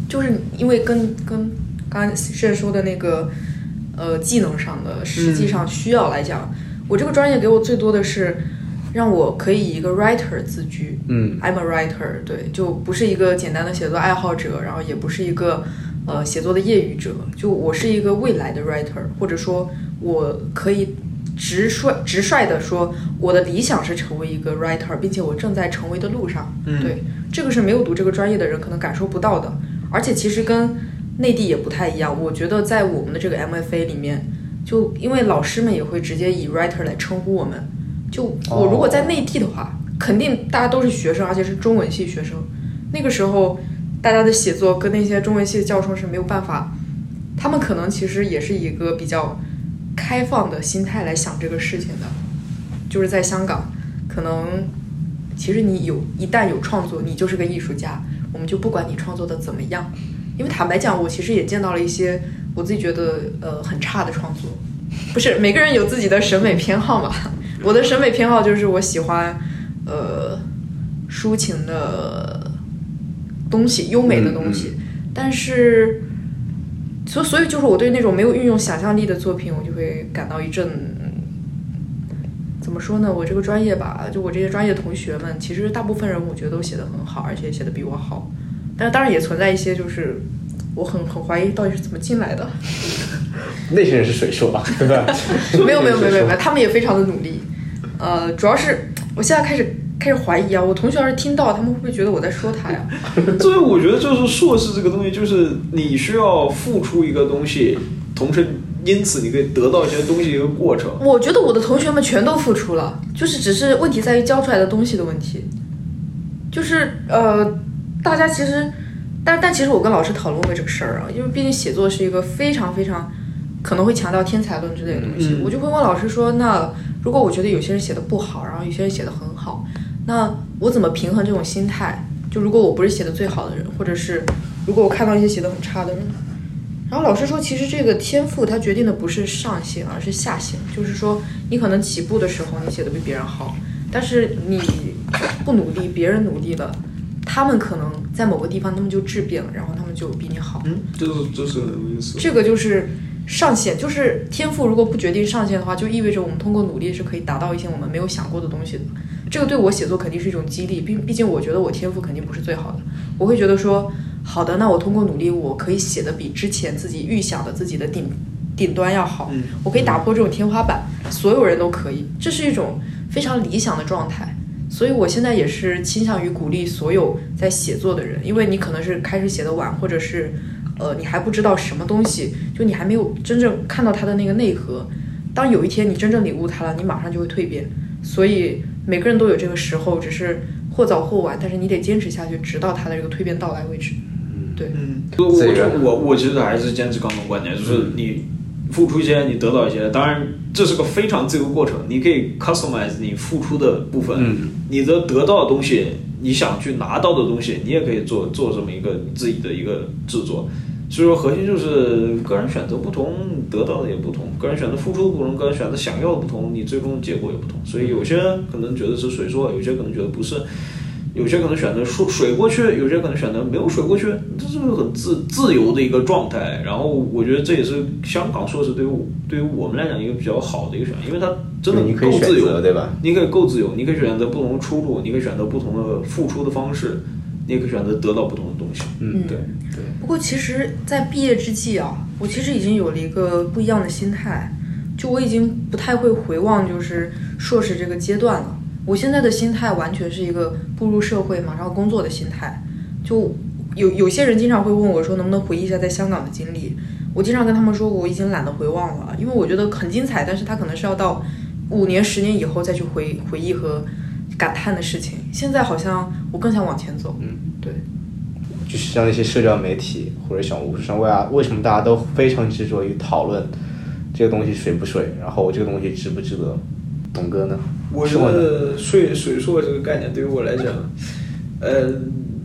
Speaker 3: 就是因为跟刚刚是说的那个技能上的实际上需要来讲，我这个专业给我最多的是让我可以以一个 writer 自居。I'm a writer， 对，就不是一个简单的写作爱好者，然后也不是一个写作的业余者，就我是一个未来的 writer， 或者说我可以直率的说，我的理想是成为一个 writer， 并且我正在成为的路上。对，这个是没有读这个专业的人可能感受不到的，而且其实跟内地也不太一样。我觉得在我们的这个 MFA 里面，就因为老师们也会直接以 writer 来称呼我们。就我如果在内地的话，肯定大家都是学生，而且是中文系学生。那个时候大家的写作跟那些中文系的教授是没有办法，他们可能其实也是一个比较开放的心态来想这个事情的。就是在香港，可能其实你一旦有创作，你就是个艺术家，我们就不管你创作的怎么样。因为坦白讲，我其实也见到了一些我自己觉得很差的创作。不是每个人有自己的审美偏好嘛，我的审美偏好就是我喜欢抒情的东西，优美的东西。但是所以就是我对那种没有运用想象力的作品，我就会感到一阵怎么说呢，我这个专业吧，就我这些专业同学们，其实大部分人我觉得都写得很好，而且写得比我好。但是当然也存在一些就是我很怀疑到底是怎么进来的。
Speaker 2: 那些人是水硕吧，对吧？
Speaker 3: 没有，他们也非常的努力。主要是我现在开始怀疑啊，我同学要是听到，他们会不会觉得我在说他呀？
Speaker 4: 所以我觉得就是硕士这个东西，就是你需要付出一个东西，同时因此你可以得到一些东西的一个过程。
Speaker 3: 我觉得我的同学们全都付出了，就是只是问题在于教出来的东西的问题。就是大家其实，但其实我跟老师讨论过这个事儿啊，因为毕竟写作是一个非常非常可能会强调天才论之类的东西。我就会问老师说，那如果我觉得有些人写的不好，然后有些人写的很好，那我怎么平衡这种心态？就如果我不是写的最好的人，或者是如果我看到一些写的很差的人，然后老师说，其实这个天赋它决定的不是上限，而是下限。就是说，你可能起步的时候你写的比别人好，但是你不努力，别人努力了，他们可能在某个地方他们就质变了，然后他们就比你好。
Speaker 4: 这是很有意思。
Speaker 3: 这个就是上限，就是天赋如果不决定上限的话，就意味着我们通过努力是可以达到一些我们没有想过的东西的。这个对我写作肯定是一种激励，毕竟我觉得我天赋肯定不是最好的。我会觉得说，好的，那我通过努力，我可以写的比之前自己预想的自己的顶端要好，我可以打破这种天花板，所有人都可以，这是一种非常理想的状态。所以我现在也是倾向于鼓励所有在写作的人，因为你可能是开始写的晚，或者是你还不知道什么东西，就你还没有真正看到它的那个内核。当有一天你真正领悟它了，你马上就会蜕变。所以每个人都有这个时候，只是或早或晚，但是你得坚持下去，直到它的这个蜕变到来为止。对，
Speaker 4: 我其实还是坚持刚刚的观点，就是你付出一些，你得到一些。当然，这是个非常自由过程，你可以 customize 你付出的部分，你的得到的东西，你想去拿到的东西，你也可以做这么一个自己的一个制作。所以说，核心就是个人选择不同，得到的也不同；个人选择付出的不同，个人选择想要的不同，你最终的结果也不同。所以有些可能觉得是水硕，有些可能觉得不是。有些可能选择水过去，有些可能选择没有水过去，这是很自由的一个状态。然后我觉得这也是香港硕士对于我们来讲一个比较好的一个选择，因为它真的够自由，
Speaker 2: 对吧？
Speaker 4: 你可以够自由，你可以选择不同的出路，你可以选择不同的付出的方式，你也可以选择得到不同的东西。对。
Speaker 3: 不过其实，在毕业之际啊，我其实已经有了一个不一样的心态，就我已经不太会回望就是硕士这个阶段了。我现在的心态完全是一个步入社会马上工作的心态。就有些人经常会问我说能不能回忆一下在香港的经历，我经常跟他们说我已经懒得回望了，因为我觉得很精彩，但是它可能是要到5年10年以后再去回忆和感叹的事情。现在好像我更想往前走。对，
Speaker 2: 就是像那些社交媒体或者小红书上，为什么大家都非常执着于讨论这个东西水不水，然后这个东西值不值得？董哥呢？
Speaker 4: 我觉得水硕这个概念对于我来讲，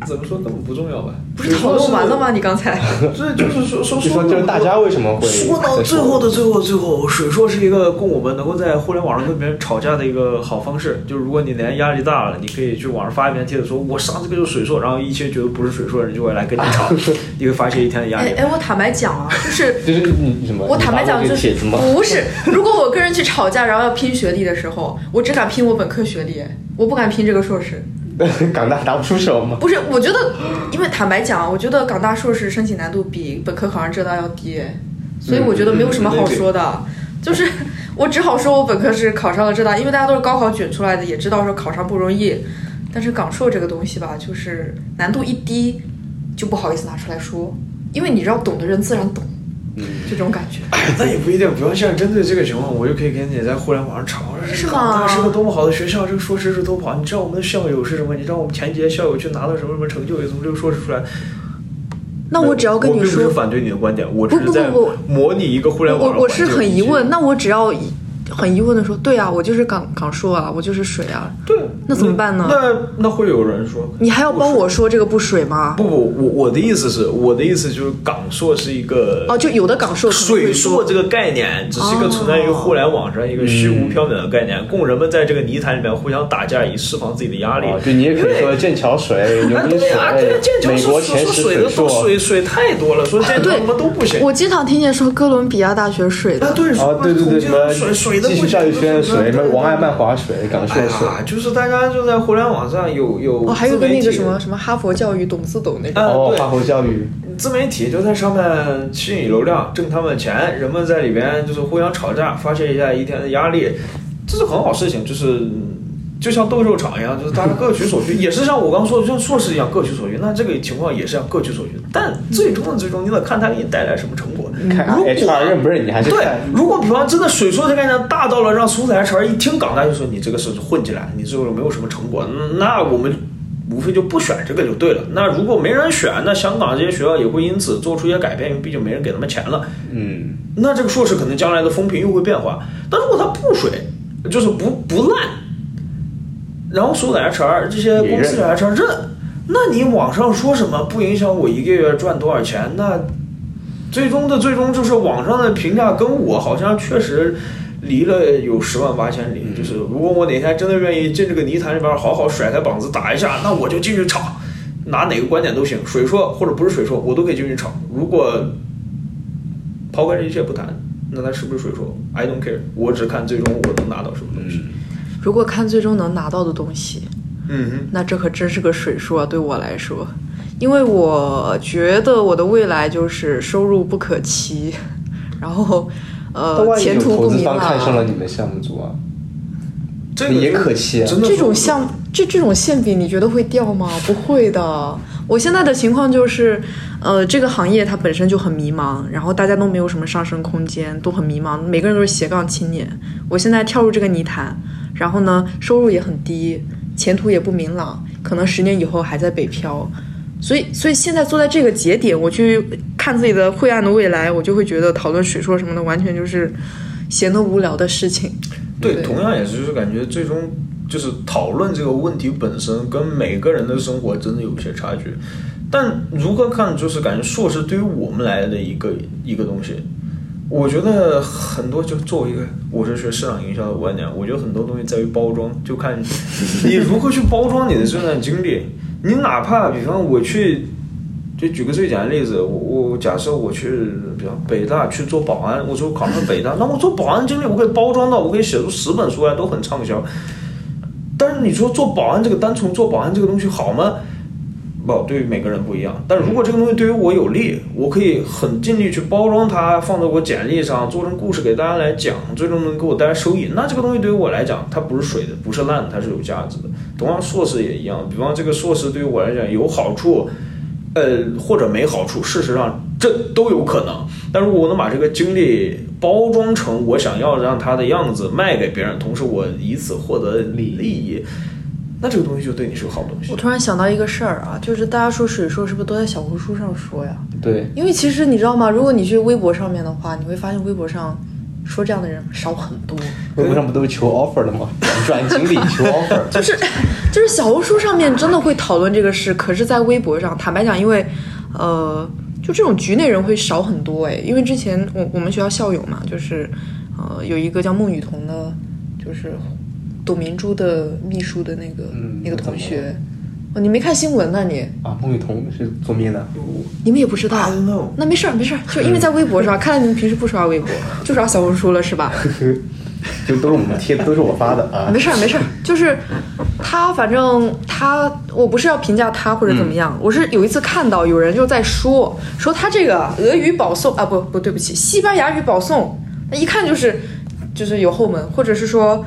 Speaker 4: 怎么说根本不重要吧？
Speaker 3: 不是讨论完了吗？你刚才
Speaker 4: 这就是说
Speaker 2: 就是大家为什么会
Speaker 4: 说到最后，水硕是一个供我们能够在互联网上跟别人吵架的一个好方式。就是如果你连压力大了，你可以去网上发一篇帖子说，我上这个就是水硕，然后一些觉得不是水硕的人就会来跟你吵，你会发泄一天的压力。
Speaker 3: 我坦白讲啊，就是
Speaker 2: 你什么？
Speaker 3: 我坦白讲就是不是，如果我跟人去吵架，然后要拼学历的时候，我只敢拼我本科学历，我不敢拼这个硕士。
Speaker 2: 港大打不出手吗？
Speaker 3: 不是，我觉得，因为坦白讲，我觉得港大硕士申请难度比本科考上浙大要低，所以我觉得没有什么好说的。就是我只好说我本科是考上了浙大，因为大家都是高考卷出来的，也知道说考上不容易。但是港硕这个东西吧，就是难度一低，就不好意思拿出来说，因为你知道，懂的人自然懂。这种感觉，
Speaker 4: 那也不一定。比方像针对这个情况，我就可以跟你在互联网上吵，
Speaker 3: 是吗？
Speaker 4: 港大是个多么好的学校，这个硕士是多么好。你知道我们的校友是什么？你知道我们前几届校友去拿到什么成就，也从这个硕士出来。
Speaker 3: 那我只要跟你说，
Speaker 4: 我并不是反对你的观点，我只是在模拟一个互联网。
Speaker 3: 我是很疑问，那我只要很疑问的说，对啊，我就是港硕啊，我就是水啊，
Speaker 4: 对，
Speaker 3: 那怎么办呢？
Speaker 4: 那会有人说，
Speaker 3: 你还要帮我说这个不水吗？
Speaker 4: 不，我的意思就是港硕是一个
Speaker 3: 就有的港硕
Speaker 4: 水硕这个概念只是一个存在于互联网上一个虚无缥缈的概念，供人们在这个泥潭里面互相打架以释放自己的压力。
Speaker 2: 就你也可以说剑桥水、牛津水、美国前10水硕，
Speaker 4: 水太多了，说剑桥什么都不行。
Speaker 3: 我经常听见说哥伦比亚大学水的，
Speaker 4: 对，
Speaker 2: 什么
Speaker 4: 水
Speaker 2: 继续教育学院水，什么王爱曼华水、港硕水，
Speaker 4: 就是大家就在互联网上有
Speaker 3: 还有个那个什么哈佛教育懂自懂那
Speaker 2: 个哈佛教育
Speaker 4: 自媒体就在上面吸引流量，挣他们钱，人们在里边就是互相吵架，发泄一下一天的压力，这是很好事情，就像斗兽场一样，就是大家各取所需，也是像我刚说的，像硕士一样各取所需。那这个情况也是要各取所需，但最终你得看它给你带来什么成果。
Speaker 2: 如果 HR 认不认你还是看。
Speaker 4: 对，如果比方真的水硕这概念大到了让苏子 HR 一听港大就说你这个是混进来，你最后没有什么成果，那我们无非就不选这个就对了。那如果没人选，那香港这些学校也会因此做出一些改变，因为毕竟没人给他们钱了。那这个硕士可能将来的风评又会变化。但如果它不水，就是不烂。然后所有的 HR 这些公司的 HR 认，那你网上说什么不影响我一个月赚多少钱？那最终就是网上的评价跟我好像确实离了有108000里。就是如果我哪天真的愿意进这个泥潭里边好好甩开膀子打一下，那我就进去吵，拿哪个观点都行，水硕或者不是水硕我都可以进去吵。如果抛开这一切不谈，那它是不是水硕 I don't care， 我只看最终我能拿到什么东西。
Speaker 3: 如果看最终能拿到的东西，那这可真是个水数啊，对我来说，因为我觉得我的未来就是收入不可期，然后前途不明朗。
Speaker 2: 看上了你们项目组啊，
Speaker 4: 这个
Speaker 2: 也可期啊。
Speaker 3: 这种线比你觉得会掉吗？不会的。我现在的情况就是，这个行业它本身就很迷茫，然后大家都没有什么上升空间，都很迷茫，每个人都是斜杠青年。我现在跳入这个泥潭，然后呢，收入也很低，前途也不明朗，可能10年以后还在北漂。所以现在坐在这个节点，我去看自己的晦暗的未来，我就会觉得讨论水硕什么的，完全就是闲得无聊的事情。
Speaker 4: 对，同样也是，就是感觉最终就是讨论这个问题本身跟每个人的生活真的有些差距。但如何看，就是感觉硕士对于我们来的一个东西，我觉得很多就作为一个我是学市场营销的观点，我觉得很多东西在于包装，就看你如何去包装你的这段经历。你哪怕比方我去，就举个最简单的例子，我假设我去比方北大去做保安，我说考上北大，那我做保安经历我可以包装到我可以写出10本书来都很畅销。但是你说做保安这个单纯做保安这个东西好吗？不，对于每个人不一样。但如果这个东西对于我有利，我可以很尽力去包装它，放在我简历上，做成故事给大家来讲，最终能给我带来收益。那这个东西对于我来讲，它不是水的，不是烂的，它是有价值的。同样硕士也一样，比方这个硕士对于我来讲有好处，或者没好处，事实上这都有可能。但如果我能把这个经历包装成我想要让它的样子卖给别人，同时我以此获得利益，那这个东西就对你是个好东西。
Speaker 3: 我突然想到一个事儿啊，就是大家说水硕是不是都在小红书上说呀？
Speaker 2: 对，
Speaker 3: 因为其实你知道吗？如果你去微博上面的话，你会发现微博上说这样的人少很多。
Speaker 2: 微博上不都是求 offer 的吗？转经理求 offer，
Speaker 3: 就是小红书上面真的会讨论这个事，可是在微博上，坦白讲，因为就这种局内人会少很多因为之前我们学校校友嘛，就是有一个叫孟雨桐的，就是董明珠的秘书的那个同学。你没看新闻呢你？
Speaker 2: 啊，孟雨桐是做咩的？
Speaker 3: 你们也不知道？那没事，就因为在微博上，看来你们平时不刷微博，就刷小红书了是吧？
Speaker 2: 就都是我们贴的，都是我发的啊。
Speaker 3: 没事，就是他，反正我不是要评价他或者怎么样，我是有一次看到有人就在说他这个俄语保送啊，不对不起，西班牙语保送，那一看就是有后门，或者是说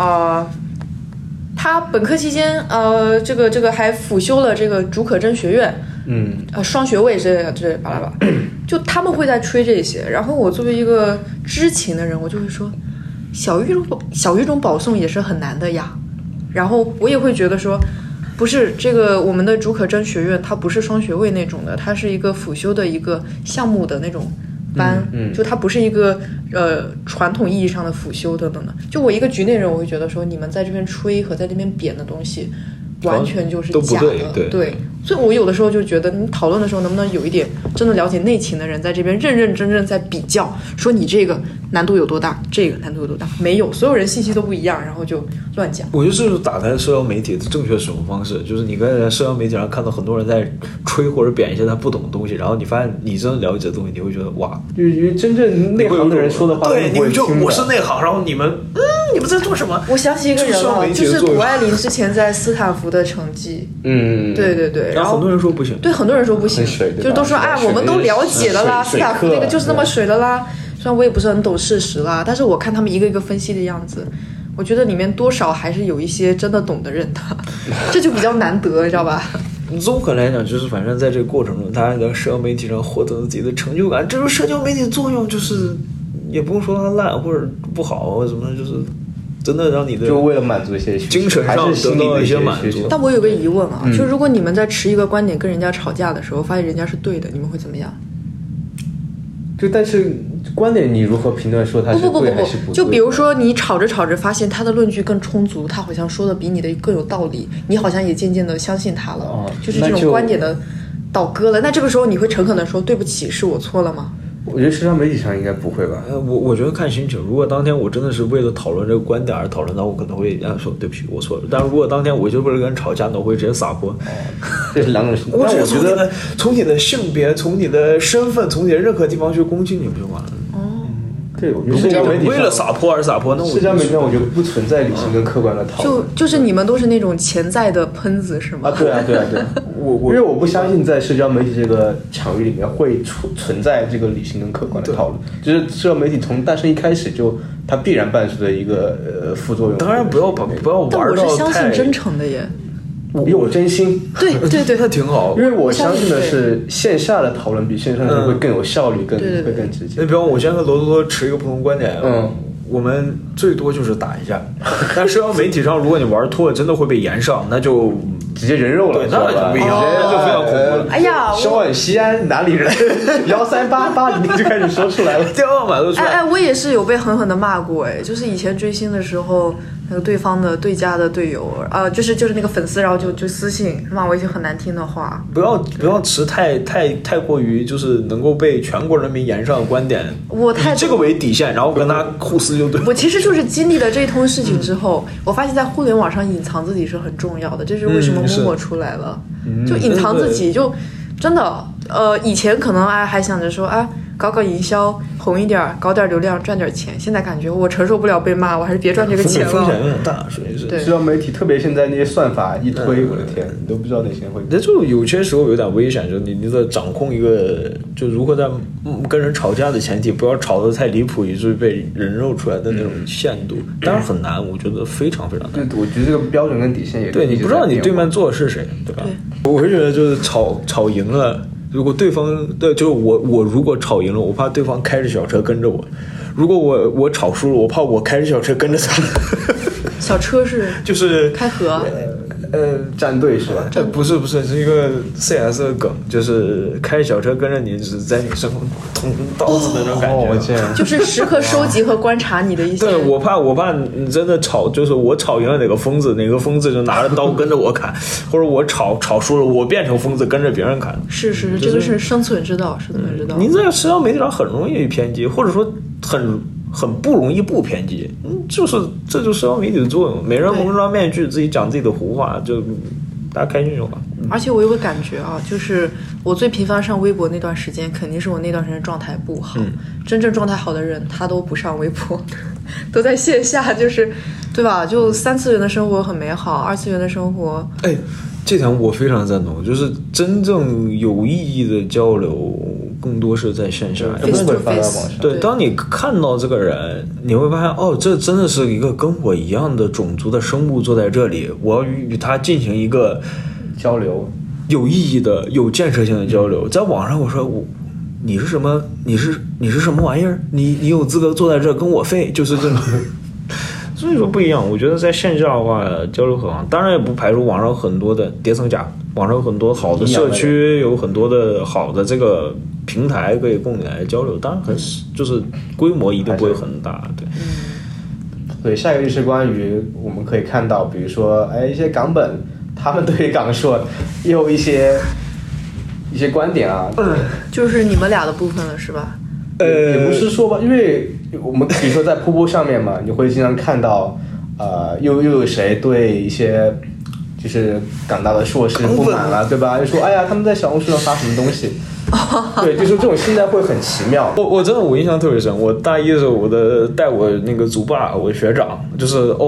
Speaker 3: 他本科期间这个还辅修了这个竺可桢学院，双学位这巴拉巴，就他们会在吹这些，然后我作为一个知情的人，我就会说小语种保送也是很难的呀，然后我也会觉得说不是这个我们的竺可桢学院它不是双学位那种的，它是一个辅修的一个项目的那种班，就它不是一个传统意义上的辅修等等的。就我一个局内人，我会觉得说你们在这边吹和在这边贬的东西完全就是假的，对，所以我有的时候就觉得你讨论的时候能不能有一点真的了解内情的人在这边认认真真在比较，说你这个难度有多大，这个难度有多大，没有，所有人信息都不一样，然后就乱讲。
Speaker 5: 我觉得这就是打开社交媒体的正确使用方式，就是你在社交媒体上看到很多人在吹或者贬一些他不懂的东西，然后你发现你真的了解的东西，你会觉得哇，
Speaker 2: 因为真正内行的人说的话，
Speaker 5: 对，你就我是内行，然后你们在做什么？
Speaker 3: 我想起一个人了，就是谷爱凌之前在斯坦福的成绩，对，
Speaker 5: 然后很多人说不行，
Speaker 3: 对，很多人说不行，就是都说我们都了解了啦，斯坦福那个就是那么水的啦。虽然我也不是很懂事实啦，但是我看他们一个一个分析的样子，我觉得里面多少还是有一些真的懂的人的，这就比较难得，你知道吧？
Speaker 5: 综合来讲，就是反正在这个过程中，他在社交媒体上获得了自己的成就感，这就是社交媒体的作用，就是也不用说它烂或者不好或者什么，就是真的让你的
Speaker 2: 就为了满足一些
Speaker 5: 精神上得到一些满足。
Speaker 3: 但我有个疑问啊，就如果你们在持一个观点跟人家吵架的时候，发现人家是对的，你们会怎么样？
Speaker 2: 但是观点你如何评断说他是对还是不对？
Speaker 3: 就比如说你吵着吵着发现他的论据更充足，他好像说的比你的更有道理，你好像也渐渐的相信他了，就是这种观点的倒戈了。那这个时候你会诚恳的说对不起，是我错了吗？
Speaker 2: 我觉得社交媒体上应该不会吧。
Speaker 5: 我觉得看心情。如果当天我真的是为了讨论这个观点而讨论，那我可能会说对不起，我错了。但如果当天我就为了跟人吵架，那我会直接撒泼。
Speaker 2: 这是两种情况。
Speaker 5: 但我觉得从你的性别、从你的身份、从你的任何地方去攻击你不就完了？
Speaker 2: 对，我觉得社交媒体
Speaker 5: 为了撒泼而撒泼，那
Speaker 2: 社交媒体上我觉得不存在理性跟客观的讨论。
Speaker 3: 就是你们都是那种潜在的喷子是吗？
Speaker 2: 对。因为我不相信在社交媒体这个场域里面会存在这个理性跟客观的讨论，就是社交媒体从诞生一开始就它必然伴随着一个副作用。
Speaker 5: 当然不要玩到
Speaker 3: 但我是相信真诚的耶。
Speaker 2: 有真心，
Speaker 3: 对，
Speaker 5: 那挺好。
Speaker 2: 因为我相信的是线下的讨论比线上的会更有效率，会更直接。
Speaker 5: 那比方我先和罗多持一个不同观点，我们最多就是打一架，但社交媒体上如果你玩脱了，真的会被延上，那就
Speaker 2: 直接人肉了，
Speaker 5: 那就不一样，那就非常恐怖了。
Speaker 3: 哎呀，
Speaker 2: 小碗西安哪里人？13880就开始说出来了，
Speaker 5: 电话码都出来。
Speaker 3: 我也是有被狠狠的骂过，就是以前追星的时候。那个对方的对家的队友就是那个粉丝，然后就私信骂我一些很难听的话。
Speaker 5: 不要持太过于就是能够被全国人民沿上的观点，以这个为底线，然后跟他互撕就对。
Speaker 3: 我其实就是经历了这一通事情之后，我发现在互联网上隐藏自己是很重要的，这是为什么默默出来了，就隐藏自己，就真的以前可能还想着说搞营销红一点，搞点流量赚点钱，现在感觉我承受不了被骂，我还是别赚这个钱了。
Speaker 5: 风险有点大，属于是。
Speaker 3: 对，
Speaker 2: 社交媒体特别现在那些算法一推，我的天，你都不知道哪些会。
Speaker 5: 那就有些时候有点危险，就是你在掌控一个，就如何在跟人吵架的前提，不要吵得太离谱，以至于被人肉出来的那种限度。当然很难，我觉得非常非常难。
Speaker 2: 我觉得这个标准跟底线也
Speaker 5: 对，你不知道你对面坐的是谁，对吧？
Speaker 3: 对，
Speaker 5: 我会觉得就是吵赢了。如果对方就是我如果吵赢了，我怕对方开着小车跟着我；如果我吵输了，我怕我开着小车跟着他。
Speaker 3: 小车是
Speaker 5: 就是
Speaker 3: 开河，
Speaker 2: 战队是吧？
Speaker 5: 不是，是一个 CS 的梗，就是开小车跟着你，只是在你身后捅刀子的那种感觉。
Speaker 2: 这样
Speaker 3: 就是时刻收集和观察你的一些。
Speaker 5: 对，我怕你真的吵，就是我吵赢了哪个疯子就拿着刀跟着我砍，或者我吵输了，我变成疯子跟着别人砍。
Speaker 3: 是，这个是生存之道，生存之道。
Speaker 5: 你在社交媒体上很容易偏激，或者说很不容易不偏激，这就是社交媒体的作用。每人蒙上面具，自己讲自己的胡话，就大家开心就好。
Speaker 3: 而且我有个感觉啊，就是我最频繁上微博那段时间，肯定是我那段时间状态不好。真正状态好的人，他都不上微博，都在线下，就是对吧？就3次元的生活很美好，2次元的生活，
Speaker 5: 这点我非常赞同，就是真正有意义的交流，更多是在线下，
Speaker 2: 不会发到网上。
Speaker 5: 对，当你看到这个人，你会发现，这真的是一个跟我一样的种族的生物坐在这里，我要与他进行一个
Speaker 2: 交流，
Speaker 5: 有意义的、有建设性的交流。在网上，我说你是什么？你是什么玩意儿？你有资格坐在这跟我废？就是这种。所以说不一样，我觉得在线下的话交流很好，当然也不排除网上很多的叠层甲，网上有很多好的社区，有很多的好的这个平台可以供你来交流，当然就是规模一定不会很大，对。
Speaker 2: 对，下一个就是关于我们可以看到，比如说一些港本，他们对于港硕也有一些观点啊，
Speaker 3: 就是你们俩的部分了，是吧？
Speaker 2: 也不是说吧，因为我们比如说在瀑布上面嘛，你会经常看到，又有谁对一些就是港大的硕士不满了，对吧？就说他们在小红书上发什么东西，对，就是这种心态会很奇妙。
Speaker 5: 我真的我印象特别深，我大一的时候，带我那个组霸，我学长就是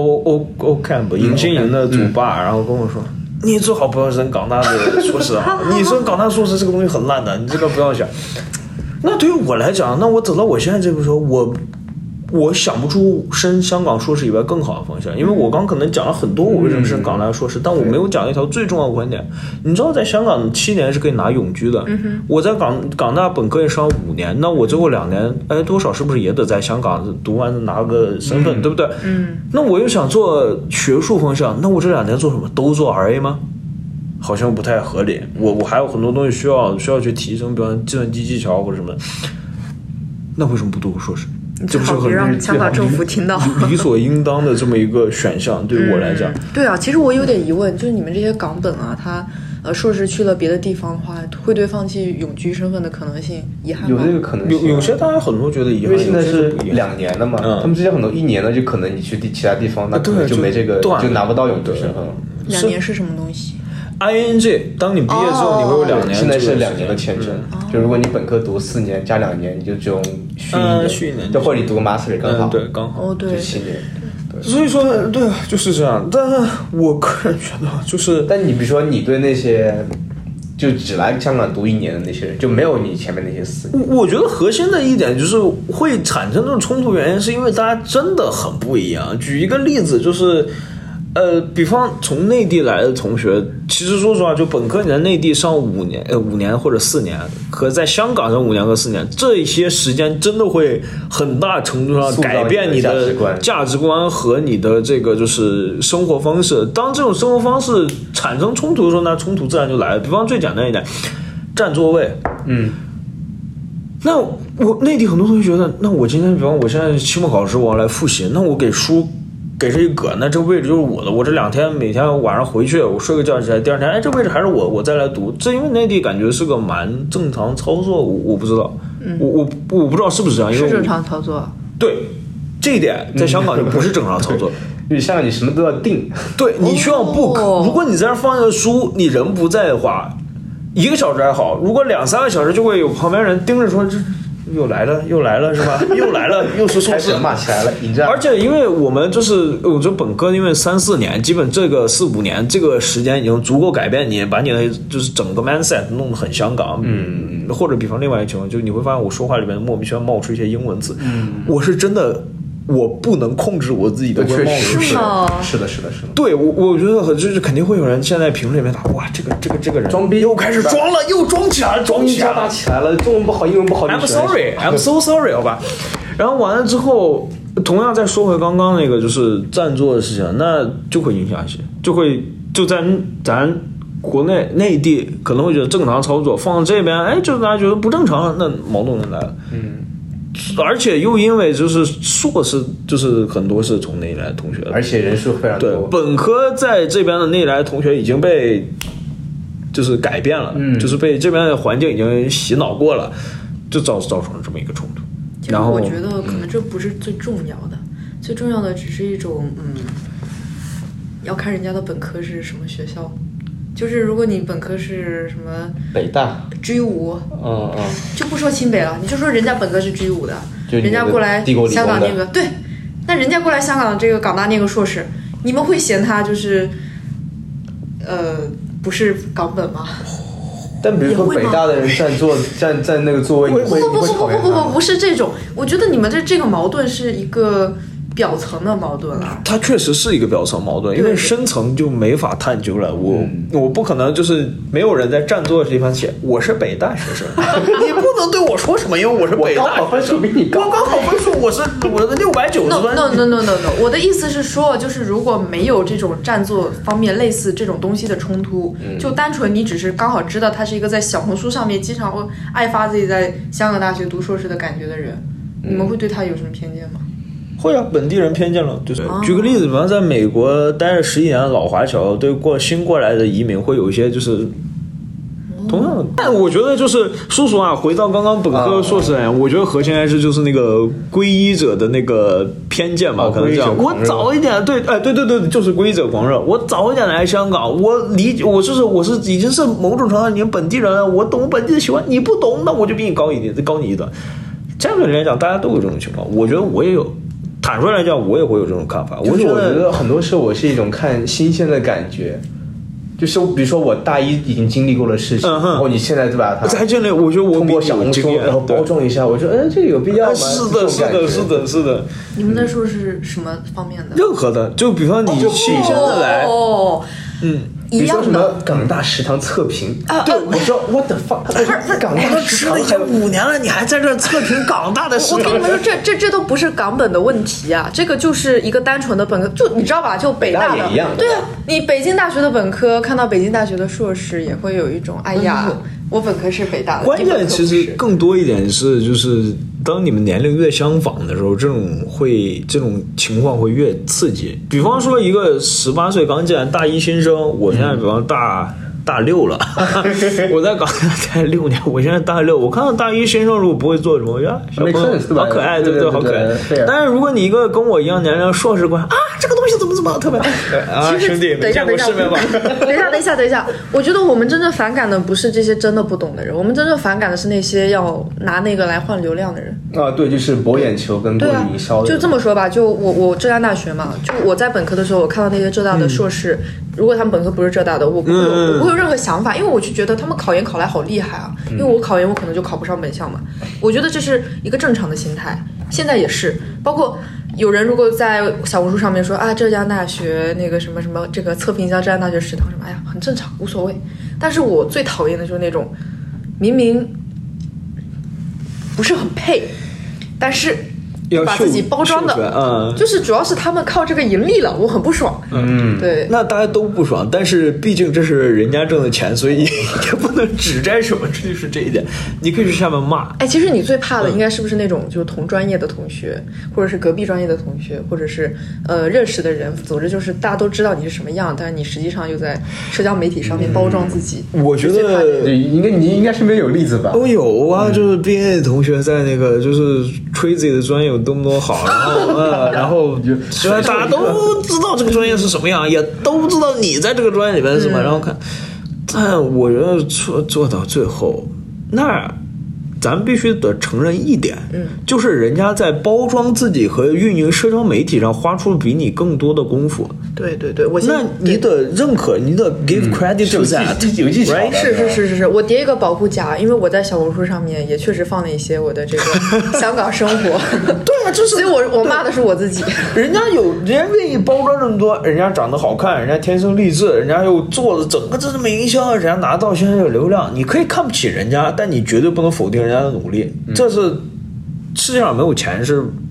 Speaker 5: O Camp 迎新营的组霸，然后跟我说。你最好不要升港大的硕士啊！你升港大硕士这个东西很烂的，你这个不要想。那对于我来讲，那我走到我现在这个时候，我想不出升香港硕士以外更好的方向，因为我刚可能讲了很多我为什么升港大硕士，但我没有讲一条最重要的观点。你知道，在香港7年是可以拿永居的，我在港大本科也上5年，那我最后2年，多少是不是也得在香港读完拿个身份，对不对？那我又想做学术方向，那我这2年做什么？都做 RA 吗？好像不太合理，我还有很多东西需要去提升，比方计算机技巧或者什么。那为什么不读个硕士？这不是很
Speaker 3: 让香港政府听到
Speaker 5: 理所应当的这么一个选项？对于我来讲，
Speaker 3: 对啊，其实我有点疑问，就是你们这些港本啊，他硕士去了别的地方的话，会对放弃永居身份的可能性遗憾吗？
Speaker 2: 有这个可能性，
Speaker 5: 有些当然很多觉得遗憾，
Speaker 2: 因为现在是2年的嘛，他们之前很多1年的，就可能你去其他地方，那可能就没这个，就拿不到永居身份了。
Speaker 3: 2年是什么东西
Speaker 5: ？ING， 当你毕业之后，你会有2年。
Speaker 2: 现在是2年的签证，就如果你本科读4年加2年，你就只用续1年，就或者你读个 master 更好。
Speaker 5: 对，刚好。
Speaker 3: 对，
Speaker 2: 就7年。
Speaker 5: 所以说，对，就是这样。但我个人觉得，就是，
Speaker 2: 但你比如说，你对那些就只来香港读1年的那些人，就没有你前面那些4年。
Speaker 5: 我觉得核心的一点就是会产生这种冲突，原因是因为大家真的很不一样。举一个例子，就是。比方从内地来的同学，其实说实话，就本科你在内地上5年或者4年，和在香港上5年和4年，这些时间真的会很大程度上改变你的价值观和你的这个就是生活方式。当这种生活方式产生冲突的时候，那冲突自然就来了。比方最简单一点，占座位，那我内地很多同学觉得，那我今天比方我现在期末考试我要来复习，那我给书。给这一搁，那这个位置就是我的。我这2天每天晚上回去，我睡个觉起来，第2天，这位置还是我再来读。这因为内地感觉是个蛮正常操作，我不知道，我不知道是不是这样，因为
Speaker 3: 是正常操作。
Speaker 5: 对，这一点在香港就不是正常操作。
Speaker 2: 因为香港你什么都要定，
Speaker 5: 对，你需要 book。如果你在这放一个书，你人不在的话，1个小时还好；如果2-3个小时，就会有旁边人盯着说这。又来了是吧？又来了，又是硕士，
Speaker 2: 骂起来了，引战。
Speaker 5: 而且因为我们我这本科，因为3-4年，基本这个4-5年这个时间已经足够改变你，把你的就是整个 mindset 弄得很香港。或者比方另外一个情况，就是你会发现我说话里面莫名其妙冒出一些英文字，我是真的。我不能控制我自己的会冒出
Speaker 2: 是的。
Speaker 5: 对，我觉得就是肯定会有人现在评论里面打，哇，这个人
Speaker 2: 装逼
Speaker 5: 又开始装了，又装起来了，
Speaker 2: 装起来了，中文不好，英文不好。
Speaker 5: I'm so sorry， 好吧。然后完了之后，同样再说回刚刚那个就是占座的事情，那就会影响一些，就会就在咱国内内地可能会觉得正常操作，放到这边，哎，就是大家觉得不正常，那矛盾就来了。而且又因为就是硕士，就是很多是从内来的同学，
Speaker 2: 而且人数非常多。
Speaker 5: 对，本科在这边的内来的同学已经被就是改变了，就是被这边的环境已经洗脑过了，就造成了这么一个冲突。然后
Speaker 3: 我觉得可能这不是最重要的，最重要的只是一种要看人家的本科是什么学校。就是如果你本科是什么
Speaker 2: 北大
Speaker 3: G5，就不说清北了，你就说人家本科是 G5 的，人家过来香港那个对，那人家过来香港这个港大那个硕士，你们会嫌他就是不是港本吗？
Speaker 2: 但比如说北大的人占那个座位，
Speaker 3: 不是这种，我觉得你们这个矛盾是一个表层的矛盾了。
Speaker 5: 它确实是一个表层矛盾，因为深层就没法探究了。我不可能就是没有人在占座的地方写我是北大学生，你不能对我说什么，因为我是北大，
Speaker 2: 我高考分数比你高，
Speaker 5: 我高考分数我的690分。
Speaker 3: No， 我的意思是说，就是如果没有这种占座方面类似这种东西的冲突，就单纯你只是刚好知道他是一个在小红书上面经常会爱发自己在香港大学读硕士的感觉的人，你们会对他有什么偏见吗？
Speaker 5: 会啊，本地人偏见了，就是举个例子，比方在美国待了10几年的老华侨，对新过来的移民会有一些就是同样的。但我觉得就是说实话，回到刚刚本科硕士来讲，我觉得核心还是就是那个皈依者的那个偏见吧，可能这样。我早一点对，就是皈依者狂热。我早一点来香港，我已经是某种程度上你们本地人了，我懂本地的习惯，你不懂，那我就比你高一段。这样的人来讲，大家都有这种情况，我觉得我也有。坦率来讲，我也会有这种看法。
Speaker 2: 我觉得很多时候我是一种看新鲜的感觉，就是比如说我大一已经经历过的事情，然后你现在对吧？
Speaker 5: 在这里，我觉得我
Speaker 2: 通过小红书然后包装一下，我说这个有必要吗？
Speaker 5: 是的。
Speaker 3: 你们那时候是什么方面的？
Speaker 5: 任何的，就比方你新鲜的来，
Speaker 2: 比如说什么港大食堂测评对，我说 what the fuck， 港大食堂还有
Speaker 5: 5年了，你还在这测评港大的食堂？
Speaker 3: 我跟你们说，这都不是港本的问题啊，这个就是一个单纯的本科，就你知道吧？就北大的
Speaker 2: 也一样，
Speaker 3: 对啊，你北京大学的本科看到北京大学的硕士，也会有一种哎呀，我本科是北大的。
Speaker 5: 关键其实更多一点是，就是当你们年龄越相仿的时候，这种情况会越刺激。比方说，一个18岁刚进来大一新生，我现在比方大6了，我在港大待6年，我现在大6，我看到大一新生如果不会做什么，我觉得小朋友好可爱，对不对？好可爱。但是如果你一个跟我一样年龄硕士官这个东西怎么特别
Speaker 3: 其实
Speaker 5: 兄弟，没见过世面吧？
Speaker 3: 等一下，我觉得我们真正反感的不是这些真的不懂的人，我们真正反感的是那些要拿那个来换流量的人
Speaker 2: 对，就是博眼球跟过于营销的。
Speaker 3: 就这么说吧，就我浙江大学嘛，就我在本科的时候，我看到那些浙大的硕士，如果他们本科不是浙大的，我不会有任何想法，因为我就觉得他们考研考来好厉害啊，因为我考研我可能就考不上本校嘛，我觉得这是一个正常的心态，现在也是，包括有人如果在小红书上面说浙江大学那个什么什么这个测评一下浙江大学食堂什么，很正常无所谓，但是我最讨厌的就是那种明明不是很配，但是把自己包装的，就是主要是他们靠这个盈利了，我很不爽。对，
Speaker 5: 那大家都不爽，但是毕竟这是人家挣的钱，所以也不能指摘什么，这就是这一点。你可以去下面骂。
Speaker 3: 其实你最怕的应该是不是那种就是同专业的同学，或者是隔壁专业的同学，或者是认识的人，总之就是大家都知道你是什么样，但是你实际上又在社交媒体上面包装自己。
Speaker 5: 我觉得
Speaker 2: 你应该身边有例子吧？
Speaker 5: 都有啊，就是毕业同学在那个就是吹自己的专业有多么多好，然后虽然大家都知道这个专业是什么样，也都知道你在这个专业里面是什么，然后看，但我觉得做到最后，那咱必须得承认一点，就是人家在包装自己和运营社交媒体上花出比你更多的功夫。
Speaker 3: 对，
Speaker 5: 那你得认可，你得 give credit to that，
Speaker 2: 有技巧。
Speaker 3: 是，我叠一个保护甲，因为我在小红书上面也确实放了一些我的这个香港生活。
Speaker 5: 对啊，就是，
Speaker 3: 所以我骂的是我自己。
Speaker 5: 人家愿意包装这么多，人家长得好看，人家天生丽质，人家又做了整个这么营销，人家拿到现在有流量，你可以看不起人家，但你绝对不能否定人家的努力。这是世界上没有钱是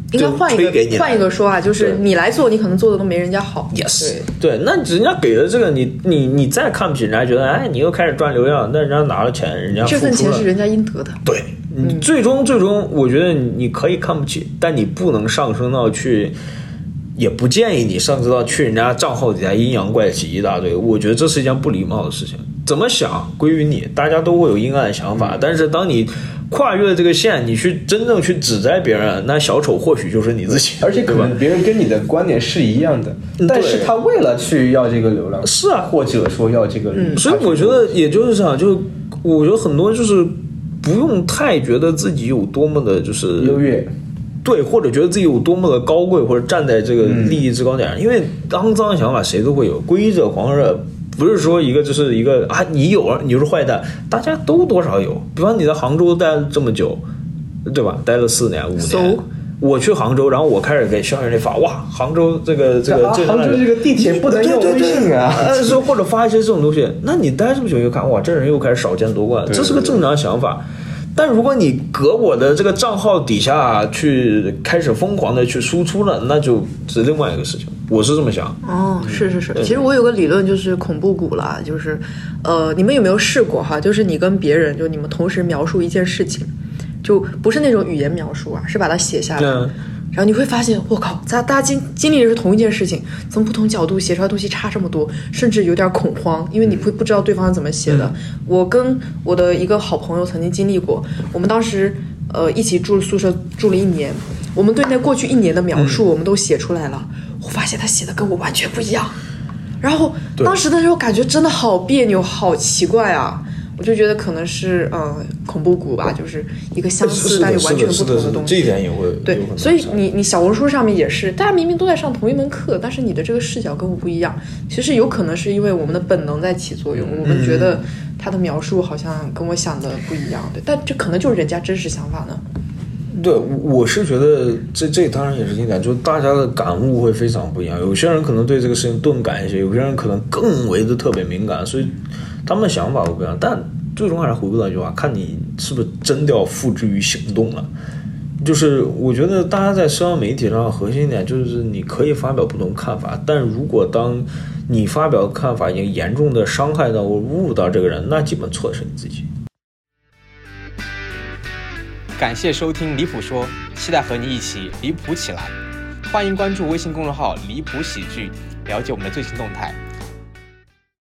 Speaker 3: 应该换一个说法，就是你来做，你可能做的都没人家好。
Speaker 5: Yes， 对，那人家给了这个，你再看不起人家，觉得哎，你又开始赚流量，那人家拿了钱，人家付出了，
Speaker 3: 这份钱是人家应得的。
Speaker 5: 对，最终，我觉得你可以看不起，但你不能上升到去。也不建议你上升到去人家账号底下阴阳怪气一大堆，我觉得这是一件不礼貌的事情。怎么想归于你，大家都会有阴暗的想法，但是当你跨越了这个线，你去真正去指摘别人，那小丑或许就是你自己，
Speaker 2: 而且可能别人跟你的观点是一样的，但是他为了去要这个流量，
Speaker 5: 是啊，
Speaker 2: 或者说要这个，
Speaker 5: 所以我觉得也就是这样，就我觉得很多就是不用太觉得自己有多么的就是
Speaker 2: 优越。
Speaker 5: 对，或者觉得自己有多么的高贵，或者站在这个利益制高点上，因为肮脏的想法谁都会有，归者狂热，不是说一个就是一个啊，你有你就是坏蛋，大家都多少有。比方你在杭州待了这么久，对吧？待了4年5年。我去杭州，然后我开始给校园里发，哇，杭州这个
Speaker 2: 杭州这个地铁不能用微信啊，
Speaker 5: 或者发一些这种东西，那你待这么久就看，哇，这人又开始少见夺冠，这是个正常想法。但如果你搁我的这个账号底下去开始疯狂的去输出了，那就是另外一个事情，我是这么想。
Speaker 3: 哦，是，其实我有个理论就是恐怖谷啦，就是你们有没有试过哈？就是你跟别人，就你们同时描述一件事情，就不是那种语言描述啊，是把它写下来。然后你会发现，我靠，大家经历的是同一件事情，从不同角度写出来的东西差这么多，甚至有点恐慌，因为你会不知道对方是怎么写的。我跟我的一个好朋友曾经经历过，我们当时一起住宿舍住了1年，我们对那过去1年的描述我们都写出来了，我发现他写的跟我完全不一样，然后当时的时候感觉真的好别扭，好奇怪啊。我就觉得可能是恐怖谷吧，就是一个相似但又完全不同的东西。
Speaker 5: 这一点也会
Speaker 3: 对，所以你小红书上面也是，大家明明都在上同一门课，但是你的这个视角跟我不一样。其实有可能是因为我们的本能在起作用，我们觉得他的描述好像跟我想的不一样，对，但这可能就是人家真实想法呢。
Speaker 5: 对，我是觉得这当然也是一点，就大家的感悟会非常不一样。有些人可能对这个事情钝感一些，有些人可能更为的特别敏感，所以他们的想法会不一样。但最终还是回归到一句话，看你是不是真的要付之于行动了。就是我觉得大家在社交媒体上核心一点就是你可以发表不同看法，但如果当你发表的看法已经严重的伤害到或侮辱到这个人，那基本错的是你自己。
Speaker 1: 感谢收听离谱说，期待和你一起离谱起来。欢迎关注微信公众号离谱喜剧，了解我们的最新动态。